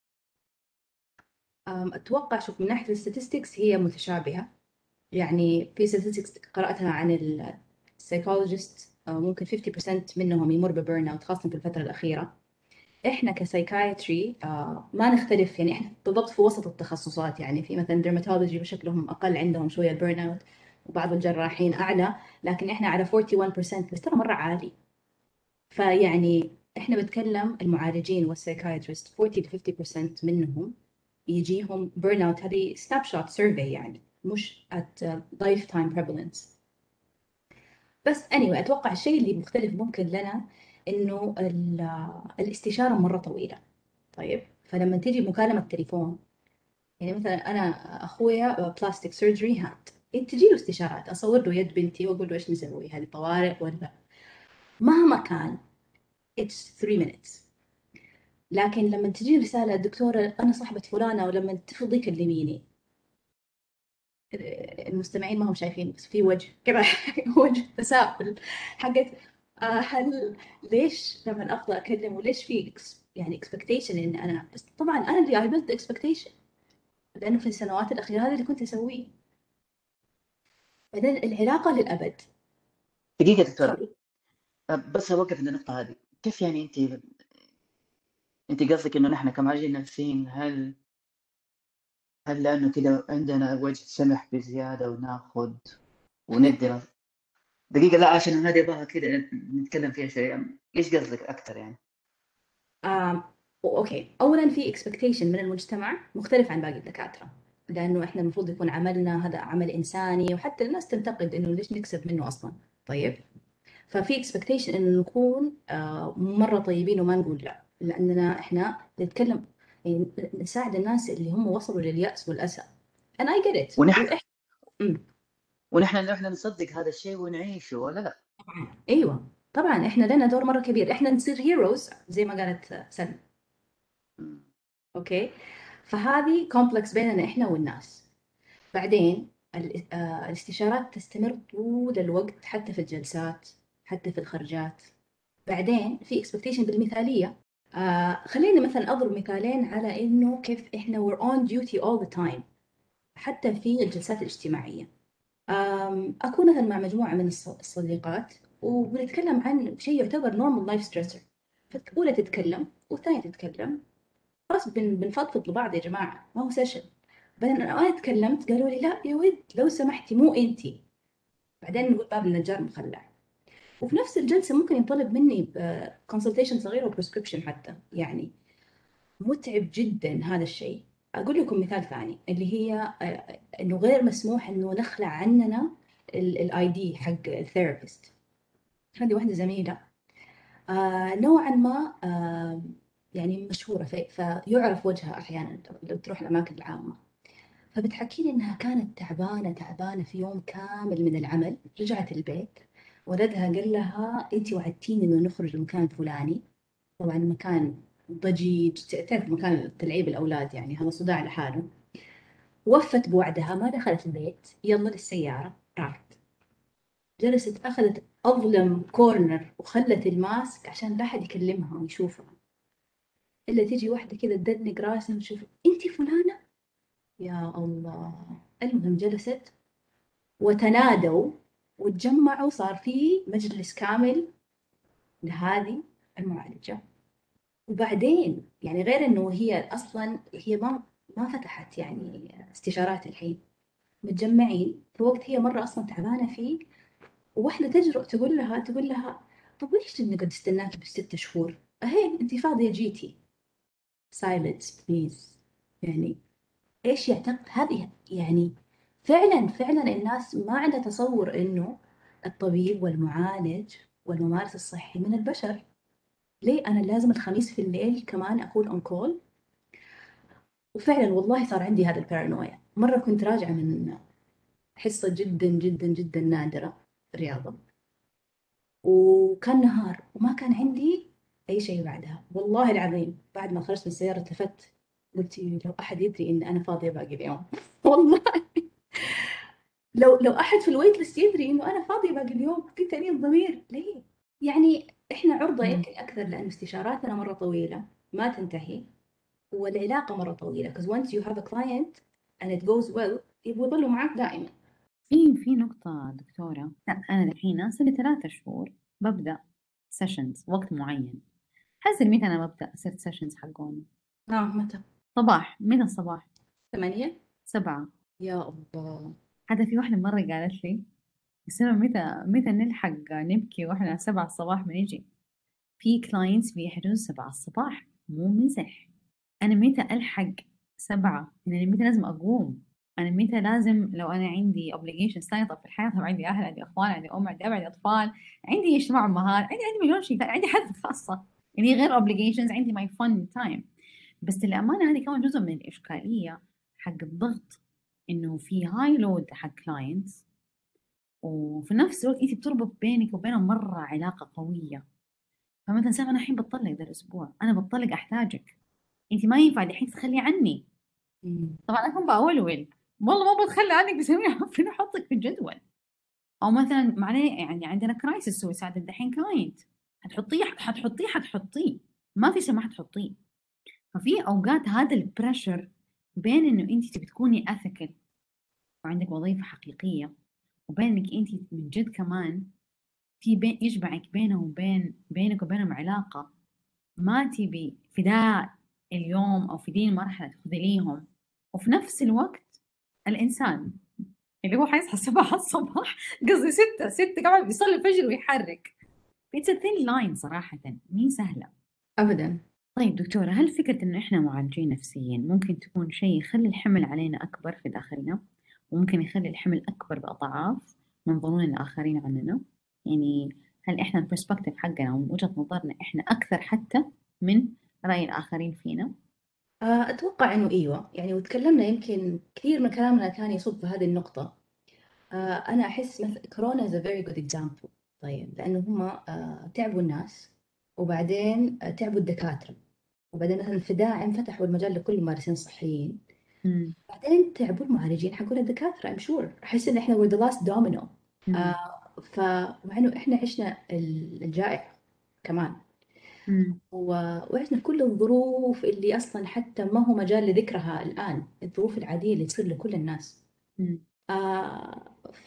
[SPEAKER 2] أم، أتوقع شوف من ناحية الستاتستكس هي متشابهة. يعني في statistics قرأتها عن السايكولوجيست ممكن خمسين بالمئة منهم يمر ببرن اوت خاصة في الفترة الأخيرة. احنا كسايكايتري ما نختلف، يعني احنا بالضبط في وسط التخصصات. يعني في مثلا درماتولوجي بشكلهم اقل عندهم شويه البيرن اوت، وبعض الجراحين اعلى، لكن احنا على واحد وأربعين بالمئة بس ترى مره عالي. فيعني احنا بنتكلم المعالجين والسايكايتريست أربعين ل خمسين بالمئة منهم يجيهم بيرن اوت. هذه سناب شوت سيرفي يعني، مش at لايف تايم prevalence. بس anyway اتوقع الشيء اللي مختلف ممكن لنا انه ال- الاستشاره مره طويله. طيب فلما تيجي مكالمة تليفون، يعني مثلا أنا أخويا بلاستيك سيرجري هاند، تجي له استشارات، أصور له يد بنتي وأقول له إيش نسوي، هذه طوارئ ولا مهما كان it's three minutes. لكن لما تجي رسالة دكتورة أنا صاحبة فلانة ولما تفضي كلميني، المستمعين ما هم شايفين بس في وجه كذا وجه تساؤل حقت آه، هل ليش لما أفضل أكلم وليش في ex- يعني expectation إن أنا، بس طبعا أنا اللي I built the expectation لأنه في السنوات الأخيرة هذا اللي كنت أسويه. بعدين العلاقة للأبد.
[SPEAKER 1] دقيقة دكتورة،
[SPEAKER 2] خلو.
[SPEAKER 1] أه، بس أوقف عند النقطة هذه. كيف يعني أنت أنت قصدك إنه نحن كمعالجين نفسيين، هل هل لأنه كده عندنا وجه سمح بزيادة وناخذ وندي نص- دقيقة، لا عشان هذه يبغاها كده نتكلم فيها شوية. إيش قصدك أكثر يعني؟
[SPEAKER 2] آم، أوكي، أولا في expectation من المجتمع مختلف عن باقي الدكاترة، لأنه إحنا المفروض يكون عملنا هذا عمل إنساني، وحتى الناس تنتقد إنه ليش نكسب منه أصلا. طيب ففي expectation إنه نكون آه، مرة طيبين وما نقول لا، لأننا إحنا نتكلم يعني نساعد الناس اللي هم وصلوا لليأس والأسى. and I get it.
[SPEAKER 1] ونحن
[SPEAKER 2] وإحنا مم.
[SPEAKER 1] ونحن نحن نصدق هذا الشيء ونعيشه ولا لا؟
[SPEAKER 2] طبعا ايوه طبعا احنا لنا دور مره كبير، احنا نصير هيروز زي ما قالت سلمى.
[SPEAKER 1] مم.
[SPEAKER 2] اوكي فهذه كومبلكس بيننا احنا والناس. بعدين ال- آه، الاستشارات تستمر طول الوقت حتى في الجلسات حتى في الخرجات. بعدين في اكسبكتيشن بالمثاليه. آه خليني مثلا اضرب مثالين على انه كيف احنا we're on duty all the time حتى في الجلسات الاجتماعيه. آم، أكون مثلا مع مجموعة من الص- الصديقات وبنتكلم عن شيء يعتبر normal life stressor، فالأولى تتكلم والثانية تتكلم، خلاص بن بنفضفض لبعض يا جماعة، ما هو سيشن. بعدين أنا أنا تكلمت قالوا لي لا يا ود لو سمحتي مو أنتي، بعدين نقول باب النجار مخلع. وفي نفس الجلسة ممكن يطلب مني consultation صغيرة وبرسكريبشن حتى. يعني متعب جدا هذا الشيء. أقول لكم مثال ثاني اللي هي آه، إنه غير مسموح إنه نخلع عننا الاي دي حق الثيرابيست. هذه واحدة زميلة آه نوعا ما آه يعني مشهورة في فيعرف وجهها أحيانا لو تروح الأماكن العامة. فبتحكي لي إنها كانت تعبانة تعبانة في يوم كامل من العمل، رجعت البيت ولدها قال لها أنت وعدتيني إنه نخرج المكان الفلاني. طبعا مكان ضجيج، تعرف مكان تلعيب الأولاد يعني هذا صداع لحاله. وفت بوعدها ما دخلت البيت، يلا للسيارة راحت، جلست أخذت أظلم كورنر وخلت الماسك عشان لا أحد يكلمها ويشوفها، إلا تجي واحدة كذا تدنق راسها وتشوف أنتي فلانة. يا الله. المهم جلست وتنادوا وتجمعوا، صار في مجلس كامل لهذه المعالجة. وبعدين يعني غير انه هي اصلا هي ما ما فتحت يعني استشارات الحين، متجمعين في وقت هي مره اصلا تعبانه فيه. وواحده تجرؤ تقول لها تقول لها طب ليش نقعد نستناك بالست شهور؟ اهي انت فاضيه جيتي. سايلنس بليز. يعني ايش يعتقد هذه يعني؟ فعلا فعلا الناس ما عندها تصور انه الطبيب والمعالج والممارس الصحي من البشر. ليه انا لازم الخميس في الليل كمان اكون اون كول؟ وفعلا والله صار عندي هذا البارانويا. مرة كنت راجعة من حصة جدا جدا جدا نادرة في الرياضة، وكان نهار وما كان عندي أي شيء بعدها. والله العظيم بعد ما خرجت من السيارة التفت قلت لو أحد يدري إن أنا فاضية باقي اليوم والله لو لو أحد في الويت ليست يدري إنه أنا فاضية باقي اليوم كنت أنين الضمير ليه؟ يعني إحنا عرضة
[SPEAKER 3] مم.
[SPEAKER 2] يمكن أكثر لأن استشاراتنا مرة طويلة ما تنتهي، والعلاقة مرة طويلة because once you have a client and it goes well يبغوا يضلوا معاك دائما.
[SPEAKER 3] في في نقطة دكتورة، لا أنا الحين صار لي ثلاثة شهور ببدأ سيشنز وقت معين. حسن متى أنا ببدأ صرت سيشنز حقون؟
[SPEAKER 2] آه متى؟
[SPEAKER 3] صباح، متى الصباح؟
[SPEAKER 2] ثمانية؟
[SPEAKER 3] سبعة.
[SPEAKER 2] يا الله.
[SPEAKER 3] حتى في واحدة مرة قالت لي سما متى متى نلحق نبكي وإحنا سبعة الصباح بنيجي. في كلاينتس بيحجزون سبعة الصباح، مو مزح. أنا متى ألحق سبعة؟ يعني متى لازم أقوم؟ أنا متى لازم لو أنا عندي obligations ثانية في الحياة، طبعا عندي أهل، عندي أخوان، عندي أم، عندي أب، عندي أطفال، عندي اجتماع مهار، عندي عندي مليون شيء، عندي حياة خاصة يعني غير obligations، عندي my fun time. بس للأمانة هذه كمان جزء من الإشكالية حق الضغط، إنه في هاي لود حق كلاينتس، وفي نفس الوقت أنت بتربط بينك وبينهم مرة علاقة قوية. فمثلا سامع أنا الحين بتطلق ذا الأسبوع، أنا بتطلق أحتاجك، أنت ما ينفع دحين تتخلي عني.
[SPEAKER 2] مم.
[SPEAKER 3] طبعا أكون بأولول والله ما بتخلى عنك، بسوي فين أحطك في الجدول. أو مثلا معناه يعني عندنا كرايسيس سويسايد الدحين كلاينت، هتحطيه هتحطيه هتحطيه ما في سماح تحطيه. ففي أوقات هذا البريشر بين إنه أنت تبي تكوني أثيكل وعندك وظيفة حقيقية، وبين إنك أنت من جد كمان في بين يجمعك بينه وبين بينك وبينهم علاقة، ما تبي في ذا اليوم أو في دي المرحلة تخذليهم. وفي نفس الوقت الإنسان اللي هو حيصحى الصباح الصباح قصدي ستة ستة كمان بيصلي الفجر ويحرك. It's a thin line صراحة، مين سهلة
[SPEAKER 2] أبدا.
[SPEAKER 3] طيب دكتورة، هل فكرة إنه إحنا معالجين نفسيا ممكن تكون شيء يخلي الحمل علينا أكبر في داخلنا، وممكن يخلي الحمل أكبر بأضعاف من ظنون الآخرين عننا؟ يعني هل إحنا البرسبكتيف حقنا ومن وجهة نظرنا إحنا أكثر حتى من رأي الآخرين فينا؟
[SPEAKER 2] آه، أتوقع إنه إيوه، يعني وتكلمنا يمكن كثير من كلامنا كان يصب في هذه النقطة. آه، أنا أحس مثل كورونا is a very good example. طيب لأنه هم آه، تعبوا الناس، وبعدين آه، تعبوا الدكاترة، وبعدين مثلا في داعم فتحوا المجال لكل الممارسين الصحيين،
[SPEAKER 3] مم.
[SPEAKER 2] بعدين تعبوا المعالجين حقون الدكاترة. I'm sure أحس إن إحنا we're the last domino.
[SPEAKER 3] مم.
[SPEAKER 2] آه، فمع إنه إحنا عشنا الجائحة كمان،
[SPEAKER 3] مم.
[SPEAKER 2] و- وعشنا كل الظروف اللي أصلا حتى ما هو مجال لذكرها الآن، الظروف العادية اللي تصير لكل الناس.
[SPEAKER 3] مم.
[SPEAKER 2] آه ف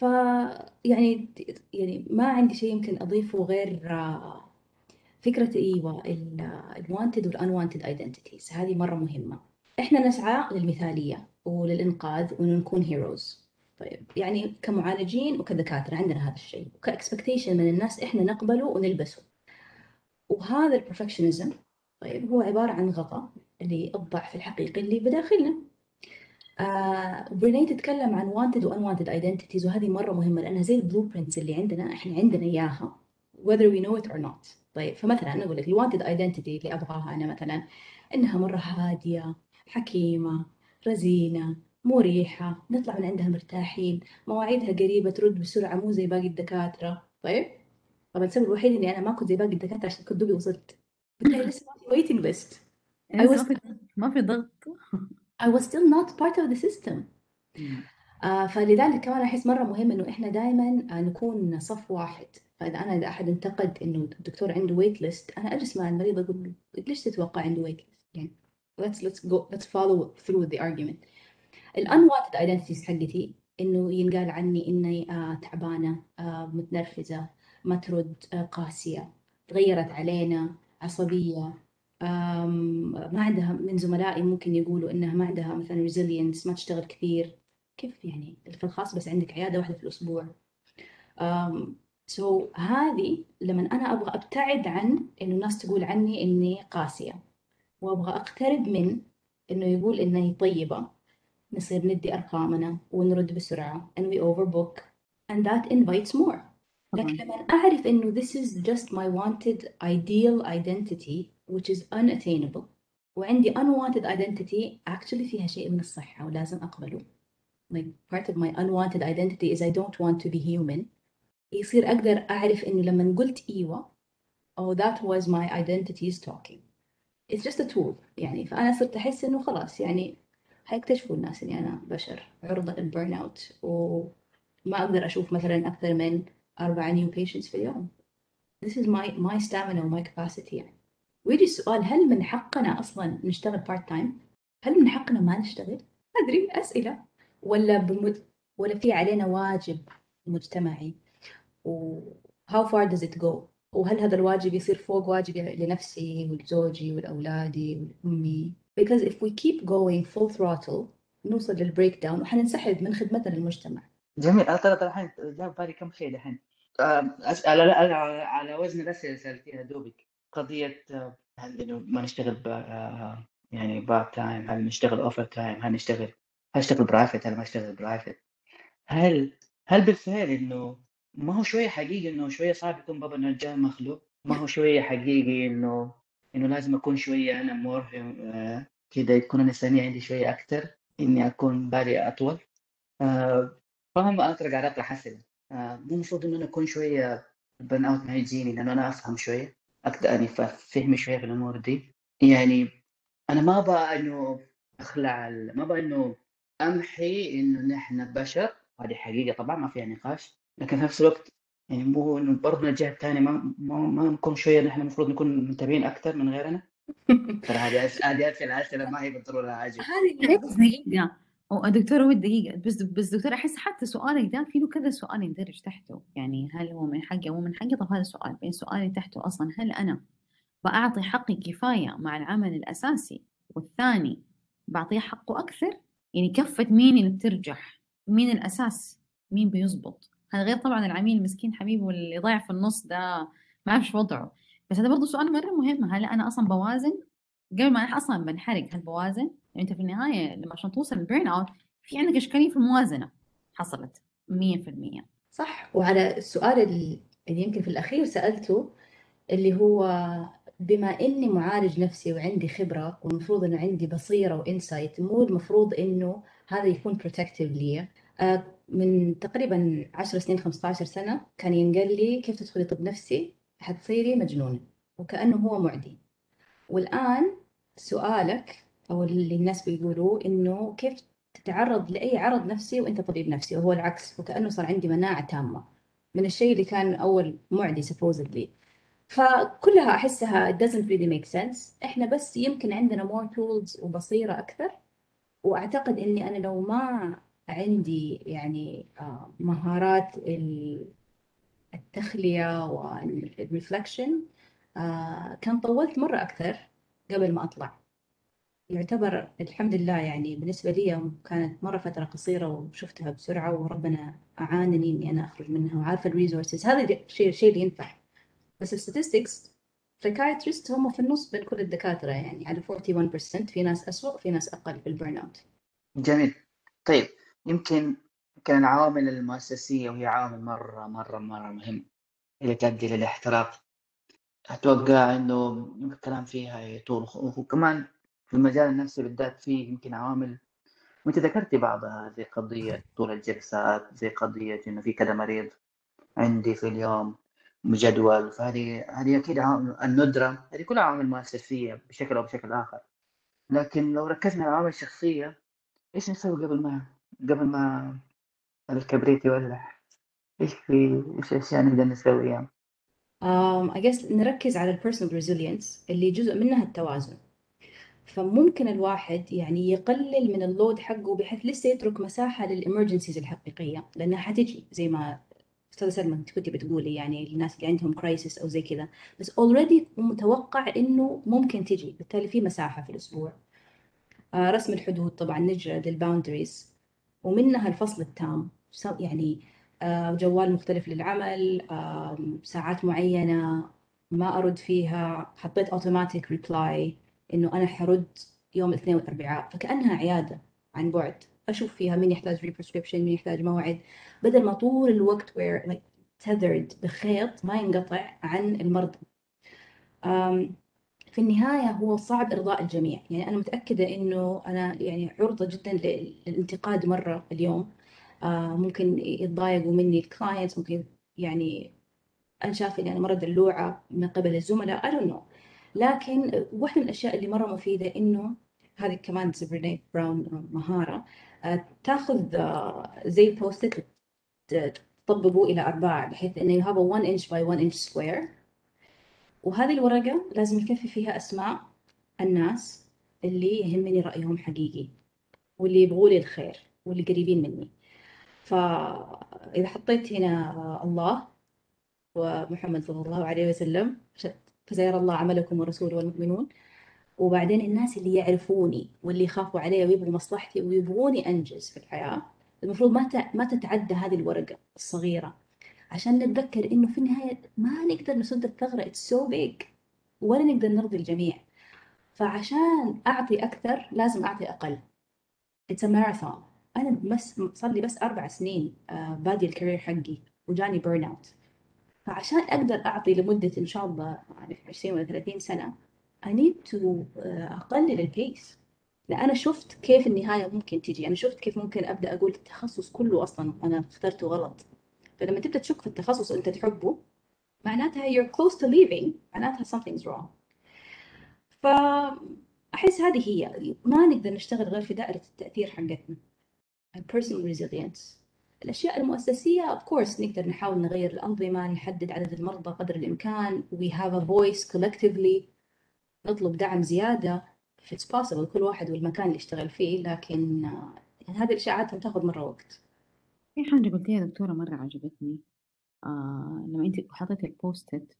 [SPEAKER 2] يعني يعني ما عندي شيء يمكن أضيفه غير آه فكرة إيوه الوانتد والانوانتد ايدنتيتيز هذه مرة مهمة. إحنا نسعى للمثالية وللإنقاذ وإنه نكون هيروز. طيب يعني كمعالجين وكدكاترة عندنا هذا الشيء، وكإكسبكتيشن من الناس إحنا نقبله ونلبسه. وهذا البرفكشنزم طيب هو عبارة عن غطاء للضعف الحقيقي اللي بداخلنا. آه بريني تتكلم عن wanted و unwanted identities، وهذه مرة مهمة لأنها زي البلو برينتس اللي عندنا، إحنا عندنا إياها whether we know it or not. طيب فمثلا أنا أقول لك الwanted identity اللي أبغاها أنا مثلا إنها مرة هادية، حكيمة، رزينة، مريحة، نطلع من عندها مرتاحين، مواعيدها قريبة، ترد بسرعة مو زي باقي الدكاترة. طيب طبعا السبب الوحيد إني أنا ما كنت زي باقي الدكاترة عشان كنت دوبي وصلت، بالتالي لسه ما في waiting list. I
[SPEAKER 3] لسه
[SPEAKER 2] was
[SPEAKER 3] ما في ما في ضغط.
[SPEAKER 2] I was still not part of the system.
[SPEAKER 3] مم.
[SPEAKER 2] آه فلذلك كمان أحس مرة مهم إنه إحنا دائما آه نكون صف واحد. فإذا أنا إذا أحد انتقد إنه الدكتور عنده ويت ليست، أنا أجلس مع المريض أقول له ليش تتوقع عنده ويت ليست؟ يعني let's let's go let's follow through the argument. ال unwanted identities حقتي إنه ينقال عني إني آه تعبانة، آه متنرفزة، ما ترد، آه قاسية، تغيرت علينا، عصبية، آم، ما عندها. من زملائي ممكن يقولوا إنها ما عندها مثلا resilience، ما تشتغل كثير. كيف يعني في الخاص بس عندك عيادة واحدة في الأسبوع؟ um, so هذه لما أنا أبغى أبتعد عن إنه الناس تقول عني إني قاسية، وأبغى أقترب من إنه يقول إني طيبة، نصير ندي أرقامنا ونرد بسرعة and we overbook and that invites more. لكن
[SPEAKER 3] طبعا.
[SPEAKER 2] لما أعرف إنه this is just my wanted ideal identity which is unattainable، وعندي unwanted identity actually فيها شيء من الصحة ولازم أقبله. like part of my unwanted identity is I don't want to be human. يصير أقدر أعرف إنه لما قلت إيوة oh that was my identity talking. It's just a tool يعني. فأنا صرت أحس إنه خلاص يعني حيكتشفوا الناس إني أنا بشر عرضة للبرن أوت، وما أقدر أشوف مثلا أكثر من أربعة new patients في اليوم. This is my my stamina و my capacity يعني. ويجي السؤال، هل من حقنا أصلا نشتغل part time؟ هل من حقنا ما نشتغل؟ أدري أسئلة، ولا بمد... ولا في علينا واجب مجتمعي، و how far does it go؟ وهل هذا الواجب يصير فوق واجبي لنفسي ولزوجي ولأولادي ولأمي؟ Because if we keep going full throttle نوصل للبريك داون وحننسحب من خدمتنا للمجتمع.
[SPEAKER 1] جميل. أنا ترى ترى الحين جاب بالي كم شيء الحين. آه، أسأل على على على وزن الأسئلة اللي سألتيها دوبك. قضية آه، هل إنه ما نشتغل ب آه، يعني بارت تايم، هل نشتغل أوفر تايم، هل نشتغل هل نشتغل برايفت، هل ما نشتغل برايفت، هل هل بالفعل إنه ما هو شوية حقيقي إنه شوية صعب يكون بابا النجار مخلوق، ما هو شوية حقيقي إنه إنه لازم أكون شوية أنا مور آه، كده يكون الإنسانية عندي شوية أكتر، إني أكون بالي أطول. آه، فاهم. أطرق على أطرح أسئلة. آه، مو المفروض إنه أنا أكون شوية برن أوت ما يجيني لأنه أنا أفهم شوية أكتر، يعني فهمي شوية في الأمور دي. يعني أنا ما أبغى إنه أخلع ال- ما أبغى إنه أمحي إنه نحن بشر، وهذه حقيقة طبعا ما فيها نقاش، لكن في نفس الوقت يعني مو إنه برضه من الجهة الثانية ما ما, ما نكون شوية نحن المفروض نكون منتبهين أكتر من غيرنا. ترى هذه أس- هذه أسئلة أسئلة ما هي بالضرورة عاجب.
[SPEAKER 2] هذه
[SPEAKER 3] بس دقيقة، أو دكتورة ود دقيقة، بس بس دكتورة أحس حتى سؤالك ده فيه له كذا سؤال يندرج تحته، يعني هل هو من حقي أو مو من حقي؟ طب هذا سؤال، بين سؤالي تحته أصلا هل أنا بأعطي حقي كفاية مع العمل الأساسي، والثاني بعطيه حقه أكثر؟ يعني كفة مين اللي بترجح؟ مين الأساس؟ مين بيزبط؟ هذا غير طبعا العميل المسكين حبيبه اللي ضايع في النص ده ما أعرفش وضعه. بس هذا برضو سؤال مرة مهم، هل أنا أصلا بوازن قبل ما أنا أصلا بنحرق؟ هل بوازن؟ يعني أنت في النهاية لما عشان توصل البيرن أوت في عندك إشكالية في الموازنة حصلت مية في المية.
[SPEAKER 2] صح. وعلى السؤال اللي يمكن في الأخير سألته، اللي هو بما إني معالج نفسي وعندي خبرة والمفروض إنه عندي بصيرة وإنسايت، مو المفروض إنه هذا يكون بروتكتيف لي. آه، من تقريبا عشر سنين خمسة عشر سنة كان ينقال لي كيف تدخلي طب نفسي حتصيري مجنونة، وكأنه هو معدي. والآن سؤالك أو اللي الناس بيقولوه إنه كيف تتعرض لأي عرض نفسي وأنت طبيب نفسي، وهو العكس، وكأنه صار عندي مناعة تامة من الشيء اللي كان أول معدي supposedly. فكلها أحسها it doesn't really make sense. إحنا بس يمكن عندنا more tools وبصيرة أكثر، وأعتقد إني أنا لو ما عندي يعني آه، مهارات التخلية والريفلكشن كان طولت مرة أكثر قبل ما أطلع. يعتبر الحمد لله يعني بالنسبة لي كانت مرة فترة قصيرة وشفتها بسرعة، وربنا أعانني إني أنا أخرج منها، وعارفة الريسورسز هذا الشيء الشيء اللي ينفع. بس الستاتستكس psychiatrists هم في النص بين كل الدكاترة، يعني على واحد وأربعين بالمئة في ناس أسوأ في ناس أقل في البرن أوت.
[SPEAKER 1] جميل. طيب يمكن يمكن العوامل المؤسسية وهي عوامل مرة مرة مرة مهمة اللي تؤدي للاحتراق. أتوقع إنه الكلام فيها يطول، وكمان في المجال النفسي بالذات فيه يمكن عوامل، وأنت ذكرتي بعضها زي قضية طول الجلسات، زي قضية إنه في كذا مريض عندي في اليوم بجدول. فهذه هذه أكيد عوامل الندرة، هذه كلها عوامل مؤسسية بشكل أو بشكل آخر. لكن لو ركزنا على العوامل الشخصية، إيش نسوي قبل ما قبل ما الكبريت يولع؟ إيش في إيش أشياء نقدر نسويها؟
[SPEAKER 2] um, I guess نركز على ال personal resilience اللي جزء منها التوازن. فممكن الواحد يعني يقلل من اللود حقه بحيث لسه يترك مساحة للإمرجنسيز الحقيقية، لأنها حتجي زي ما أستاذة سلمى أنت كنتي بتقولي، يعني الناس اللي عندهم كرايسيس أو زي كذا، بس already متوقع إنه ممكن تجي، بالتالي في مساحة في الأسبوع. آه، رسم الحدود طبعا، نجرد الباوندريز، ومنها الفصل التام، يعني آه، جوال مختلف للعمل، آه، ساعات معينة ما أرد فيها، حطيت اوتوماتيك ريبلاي إنه أنا حرد يوم الاثنين والأربعاء، فكأنها عيادة عن بعد أشوف فيها مين يحتاج ريبرسكريبشن، مين يحتاج موعد، بدل ما طول الوقت we're like tethered بخيط ما ينقطع عن المرضى. آم، في النهاية هو صعب إرضاء الجميع، يعني أنا متأكدة إنه أنا يعني عرضة جدا للانتقاد مرة اليوم. آه ممكن يتضايقوا مني الكلاينتس، ممكن يعني أنا شايفة إني أنا مرة دلوعة من قبل الزملاء I don't know. لكن واحدة من الأشياء اللي مرة مفيدة إنه هذه كمان بريني براون مهارة، آه، تاخذ آه، زي بوستت تطبقوه إلى أرباع بحيث إنه you have a one inch by one inch square، وهذه الورقة لازم يكفي فيها أسماء الناس اللي يهمني رأيهم حقيقي واللي يبغوا لي الخير واللي قريبين مني. فإذا حطيت هنا الله ومحمد صلى الله عليه وسلم فسيرى الله عملكم ورسوله والمؤمنون، وبعدين الناس اللي يعرفوني واللي يخافوا علي ويبغوا مصلحتي ويبغوني أنجز في الحياة، المفروض ما ما تتعدى هذه الورقة الصغيرة، عشان نتذكر إنه في النهاية ما نقدر نسد الثغرة it's so big ولا نقدر نرضي الجميع. فعشان أعطي أكثر لازم أعطي أقل. it's a marathon. أنا بس صار لي بس أربع سنين آه بادي الكارير حقي وجاني بيرن أوت، فعشان أقدر أعطي لمدة إن شاء الله يعني عشرين ولا ثلاثين سنة I need to آه أقلل البيس، لأن أنا شفت كيف النهاية ممكن تيجي. أنا شفت كيف ممكن أبدأ أقول التخصص كله أصلا أنا اخترته غلط. فلما تبدأ تشك في التخصص أنت تحبه معناتها you're close to leaving، معناتها something's wrong. فأحس هذه هي، ما نقدر نشتغل غير في دائرة التأثير حقتنا personal resilience. الأشياء المؤسسية of course نقدر نحاول نغير الأنظمة، نحدد عدد المرضى قدر الإمكان، we have a voice collectively، نطلب دعم زيادة if it's possible كل واحد والمكان اللي يشتغل فيه، لكن يعني هذه الأشياء عادة تاخذ مرة وقت.
[SPEAKER 3] في حاجة قلتيها دكتورة مرة عجبتني، آه لما أنت حطيتي البوستت،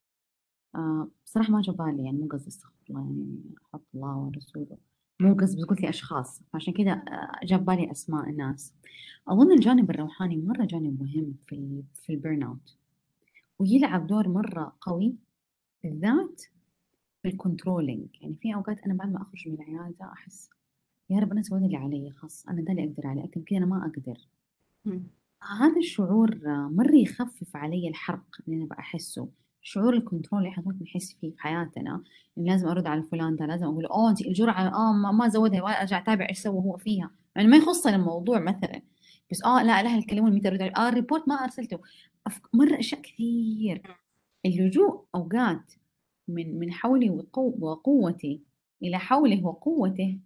[SPEAKER 3] آه بصراحة ما جبالي، يعني مو قصدي استغفر الله، يعني أحط الله ورسوله، مو قصدي، بس قلتي أشخاص، فعشان كذا آه جاب بالي أسماء الناس. أظن الجانب الروحاني مرة جانب مهم في ال في البيرن أوت، ويلعب دور مرة قوي بالذات في الكنترولينج. يعني في أوقات أنا بعد ما أخرج من العيادة أحس يا رب أنا سويت اللي علي، خلاص أنا ده اللي أقدر عليه، أكتر كذا أنا ما أقدر.
[SPEAKER 2] مم.
[SPEAKER 3] هذا الشعور مرة يخفف علي الحرق اللي أنا بحسه، شعور الكنترول اللي إحنا نحس فيه في حياتنا، إن لازم أرد على فلان ده، لازم أقول أوه أنت الجرعة آه ما, ما زودها، وأرجع أتابع إيش سوى هو فيها، يعني ما يخصني الموضوع مثلا، بس آه لا لا يكلموني متى أرد عليه، آه الريبورت ما أرسلته، مرة أشياء كثير. اللجوء أوقات من من حولي وقو وقوتي إلى حوله وقوته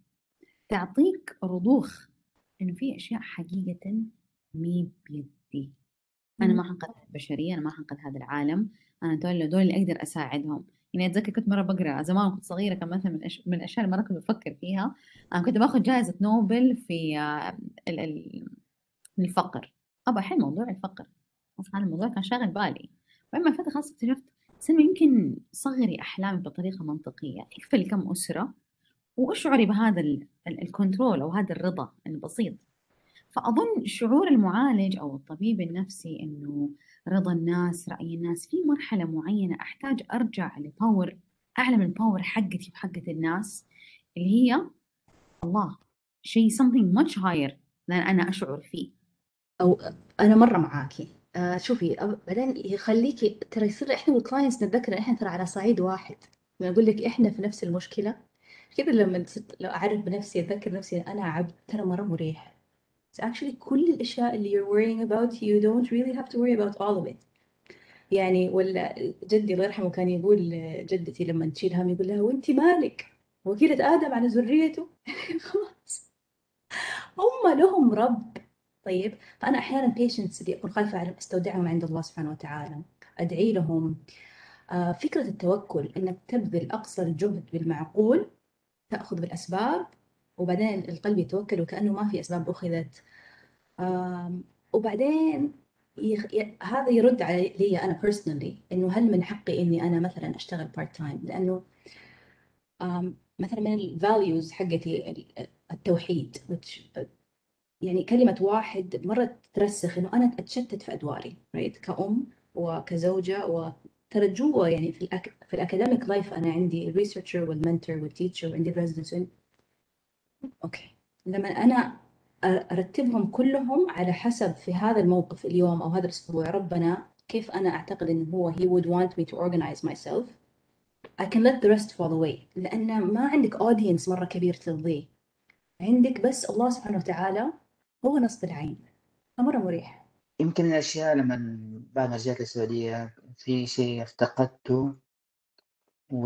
[SPEAKER 3] تعطيك رضوخ إنه في أشياء حقيقة مي بيدي، أنا ما حنقذ البشرية، أنا ما حنقذ هذا العالم، أنا دول دول اللي أقدر أساعدهم. يعني أتذكر كنت مرة بقرأ زمان كنت صغيرة، كان مثلا من, أش... من الأشياء اللي مرة كنت بفكر فيها، أنا كنت باخذ جائزة نوبل في آه، ال... ال... الفقر، أبى أحل موضوع الفقر، أصلا هذا الموضوع كان شاغل بالي. فلما فترة خلاص اكتشفت سلمى يمكن صغري أحلامي بطريقة منطقية، يكفي لكم أسرة واشعري بهذا ال... ال... الكنترول أو هذا الرضا البسيط. فأظن شعور المعالج أو الطبيب النفسي إنه رضا الناس، رأي الناس، في مرحلة معينة أحتاج أرجع لباور أعلى من الباور حقتي وحقة الناس اللي هي الله، شيء something much higher لأن أنا أشعر فيه.
[SPEAKER 2] أو أنا مرة معاكي. آه شوفي أب- بعدين يخليكي ترى يصير إحنا والكلاينتس نتذكر إن إحنا ترى على صعيد واحد، لما أقول لك إحنا في نفس المشكلة كذا، لما ست- لو أعرف بنفسي أتذكر نفسي أنا عبد ترى مرة مريح. It's actually كل الأشياء اللي you're worrying about you don't really have to worry about all of it. يعني ولا جدي الله يرحمه كان يقول جدتي لما تشيل هم يقول لها وانت مالك وكيلة آدم على ذريته خلاص هم لهم رب. طيب فأنا أحيانا patients اللي أكون خايفة على أستودعهم عند الله سبحانه وتعالى، أدعي لهم. آه فكرة التوكل إنك تبذل أقصى الجهد بالمعقول، تأخذ بالأسباب وبعدين القلب يتوكل وكأنه ما في أسباب أخذت. آم، وبعدين يخ... ي... هذا يرد علي لي أنا personally إنه هل من حقي إني أنا مثلا أشتغل part time، لأنه آم، مثلا من ال values حقتي ال- التوحيد which يعني كلمة واحد مرة ترسخ إنه أنا أتشتت في أدواري right؟ كأم وكزوجة، وترى جوا يعني في الأك... في الأكاديميك لايف أنا عندي الريسيرشر والمنتور والتيتشر وعندي الريزيدنت. أوكي لما أنا أرتبهم كلهم على حسب في هذا الموقف اليوم أو هذا الأسبوع ربنا كيف أنا أعتقد إنه هو he would want me to organize myself، I can let the rest fall away، لأن ما عندك audience مرة كبير ترضيه، عندك بس الله سبحانه وتعالى هو نصب العين، فمرة مريح.
[SPEAKER 1] يمكن من الأشياء لما بعد ما رجعت للسعودية في شيء افتقدته و...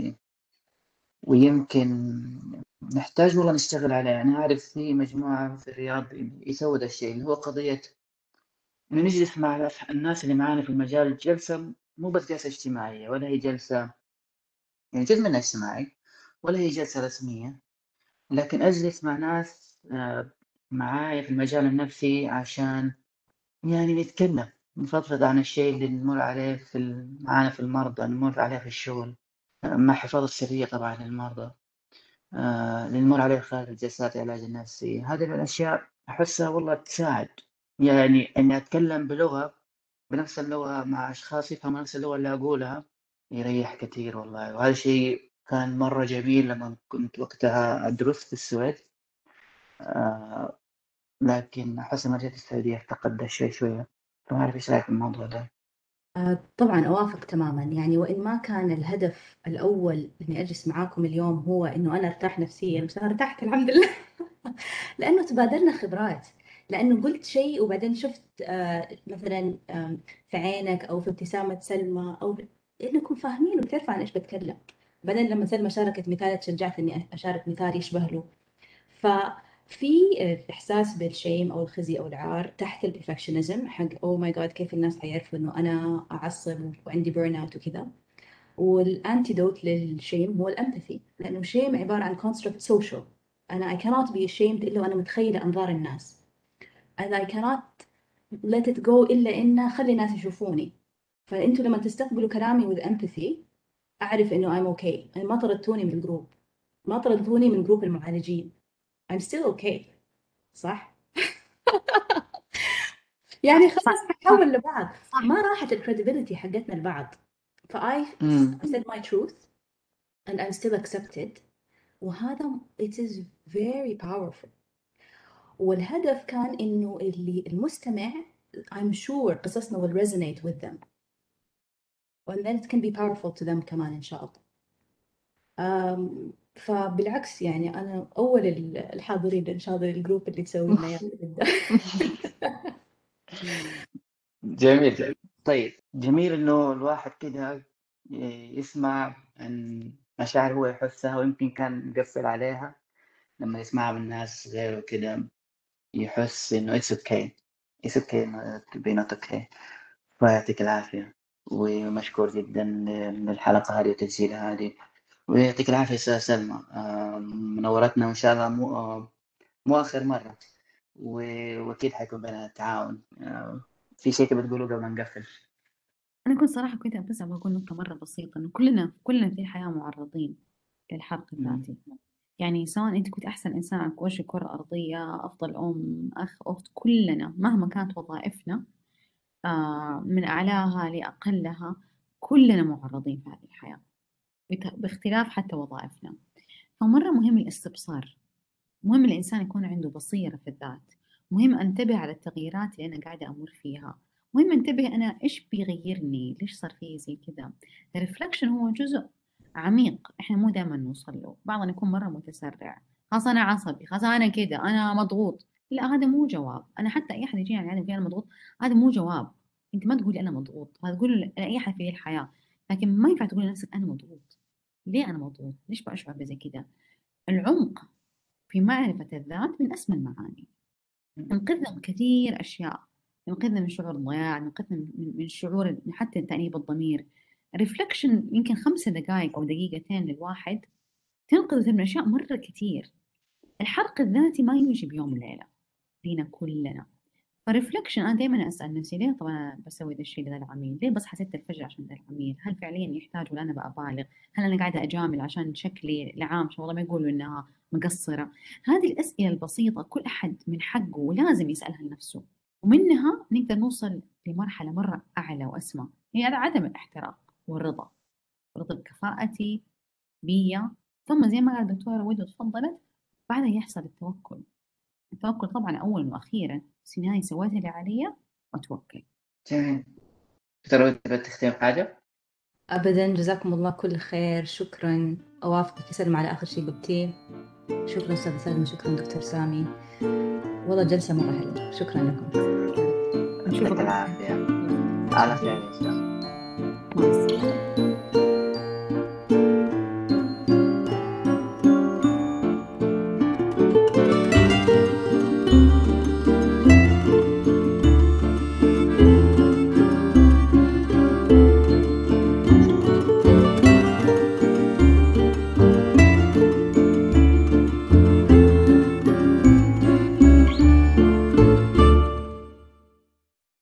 [SPEAKER 1] ويمكن نحتاج والله نشتغل عليه. يعني أعرف في مجموعة في الرياض يسووا ذا الشيء، اللي هو قضية إنه نجلس مع الناس اللي معانا في المجال جلسة، مو بس جلسة اجتماعية، ولا هي جلسة يعني جزء منها اجتماعي، ولا هي جلسة رسمية، لكن أجلس مع ناس آه، معايا في المجال النفسي عشان يعني نتكلم، نفضفض عن الشيء اللي نمر عليه في ال- معانا في المرضى، نمر عليه في الشغل، آه، مع حفاظ السرية طبعا للمرضى، آه، اللي نمر عليه خلال جلسات العلاج النفسي. هذه الأشياء أحسها والله تساعد، يعني إني أتكلم بلغة بنفس اللغة مع أشخاص يفهموا نفس اللغة اللي أقولها يريح كثير والله. وهذا الشيء كان مرة جميل لما كنت وقتها أدرس في السويد. آه لكن أحس لما جيت السعودية افتقد ده شوي شوية. فما أعرف إيش رأيك في الموضوع ده.
[SPEAKER 2] آه، طبعا أوافق تماما. يعني وإن ما كان الهدف الأول إني أجلس معاكم اليوم هو إنه أنا أرتاح نفسيا، بس أنا ارتحت الحمد لله. لأنه تبادلنا خبرات، لأنه قلت شيء وبعدين شفت آه، مثلا آم، في عينك أو في ابتسامة سلمى أو ب- إنكم فاهمين وبتعرفوا عن إيش بتكلم. بعدين لما سلمى شاركت مثال تشجعت إني أشارك مثال يشبه له. ففي الإحساس بالشيم أو الخزي أو العار تحت البرفكشنزم حق أوه ماي جاد كيف الناس حيعرفوا إنه أنا أعصب وعندي بيرن أوت وكذا. والانتيدوت للشيم هو الامباثي، لانه الشيم عباره عن construct social. انا I cannot be ashamed الا وانا متخيله انظار الناس، and I cannot let it go الا ان اخلي الناس يشوفوني. فانتوا لما تستقبلوا كلامي with empathy اعرف انه I'm okay. أنا ما طردتوني من الجروب، ما طردتوني من جروب المعالجين. I'm still okay. صح؟ يعني
[SPEAKER 3] صح
[SPEAKER 2] خلاص نحول لبعض، ما راحت الكريديبيليتي حقتنا لبعض. ف I
[SPEAKER 1] امم
[SPEAKER 2] I said my truth and I'm still accepted. وهذا it is very powerful. والهدف كان إنه اللي المستمع I'm sure قصصنا will resonate with them and then it can be powerful to them كمان إن شاء الله. أم فبالعكس يعني أنا أول الحاضرين إن شاء الله الجروب اللي تسوي لنا إياه جدا.
[SPEAKER 1] جميل جميل. طيب جميل إنه الواحد كده يسمع عن مشاعر هو يحسها ويمكن كان مقفل عليها، لما يسمعها من ناس غيره كده يحس إنه it's okay it's okay to be not okay. ويعطيك العافية، ومشكور جدا من الحلقة هذه وتسجيلها هذه. ويعطيك العافية أستاذ سلمى، آه، منورتنا، وإن شاء الله مو آه، مو آخر مرة، و- وأكيد حيكون بيننا تعاون. آه، في شيء تبي تقوله قبل ما نقفل؟
[SPEAKER 3] أنا كنت صراحة كنت بس أبغى أقول نقطة مرة بسيطة، إنه كلنا كلنا في الحياة معرضين للحرق
[SPEAKER 1] مم.
[SPEAKER 3] الذاتي. يعني سواء أنت كنت أحسن إنسان على وجه الكرة الأرضية، أفضل أم، أخ، أخت، كلنا مهما كانت وظائفنا آه، من أعلاها لأقلها، كلنا معرضين في هذه الحياة بت- باختلاف حتى وظائفنا. فمرة مهم الاستبصار، مهم الإنسان يكون عنده بصيرة في الذات، مهم أنتبه على التغييرات اللي أنا قاعدة أمر فيها، مهم أنتبه أنا إيش بيغيرني، ليش صار فيه زي كذا. الرفلكشن هو جزء عميق إحنا مو دائما نوصل له. بعضنا يكون مرة متسرع، خلاص أنا عصبي، خلاص أنا كذا، أنا مضغوط. لا، هذا مو جواب. أنا حتى أي أحد يجيني يعني يقول أنا مضغوط، هذا مو جواب. أنت ما تقولي أنا مضغوط، هذا تقول لأي أحد في الحياة، لكن ما ينفع تقولي لنفسك أنا مضغوط. ليه أنا مضغوط؟ ليش بأشعر بزي كذا؟ العمق في معرفة الذات من أسمى المعاني. ينقذنا من كثير أشياء، ينقذنا من شعور الضياع، ينقذنا من من شعور حتى تأنيب الضمير. الرفلكشن يمكن خمسة دقائق أو دقيقتين للواحد تنقذ من أشياء مرة كثير. الحرق الذاتي ما يجي بيوم وليلة فينا كلنا. فرفلكشن أنا دائما أسأل نفسي ليه طبعا أنا بسوي ذا الشيء لذا العميل؟ ليه بصحى ستة الفجر عشان ذا العميل؟ هل فعليا يحتاج ولا أنا بأبالغ؟ هل أنا قاعدة أجامل عشان شكلي العام عشان والله ما يقولوا إنها مقصرة؟ هذه الأسئلة البسيطة كل أحد من حقه ولازم يسألها لنفسه، ومنها نقدر نوصل لمرحلة مرة أعلى وأسمى، هي على عدم الاحتراق والرضا، رضا بكفاءتي بيا. ثم زي ما قال الدكتورة ودود تفضلت، بعدها يحصل التوكل. التوكل طبعا أولا وأخيرا، بس في النهاية سويت اللي علي وأتوكل.
[SPEAKER 1] جميل. ترى تبي تختم حاجة؟
[SPEAKER 2] أبدا، جزاكم الله كل خير، شكرا. أوافقك سلمى على آخر شيء قلتيه. شكرا أستاذ سلمى، شكرا دكتور سامي، والله جلسة مرة حلوة. شكرا لكم.
[SPEAKER 1] يعطيك العافية. على خير إن شاء الله.
[SPEAKER 3] مع السلامة.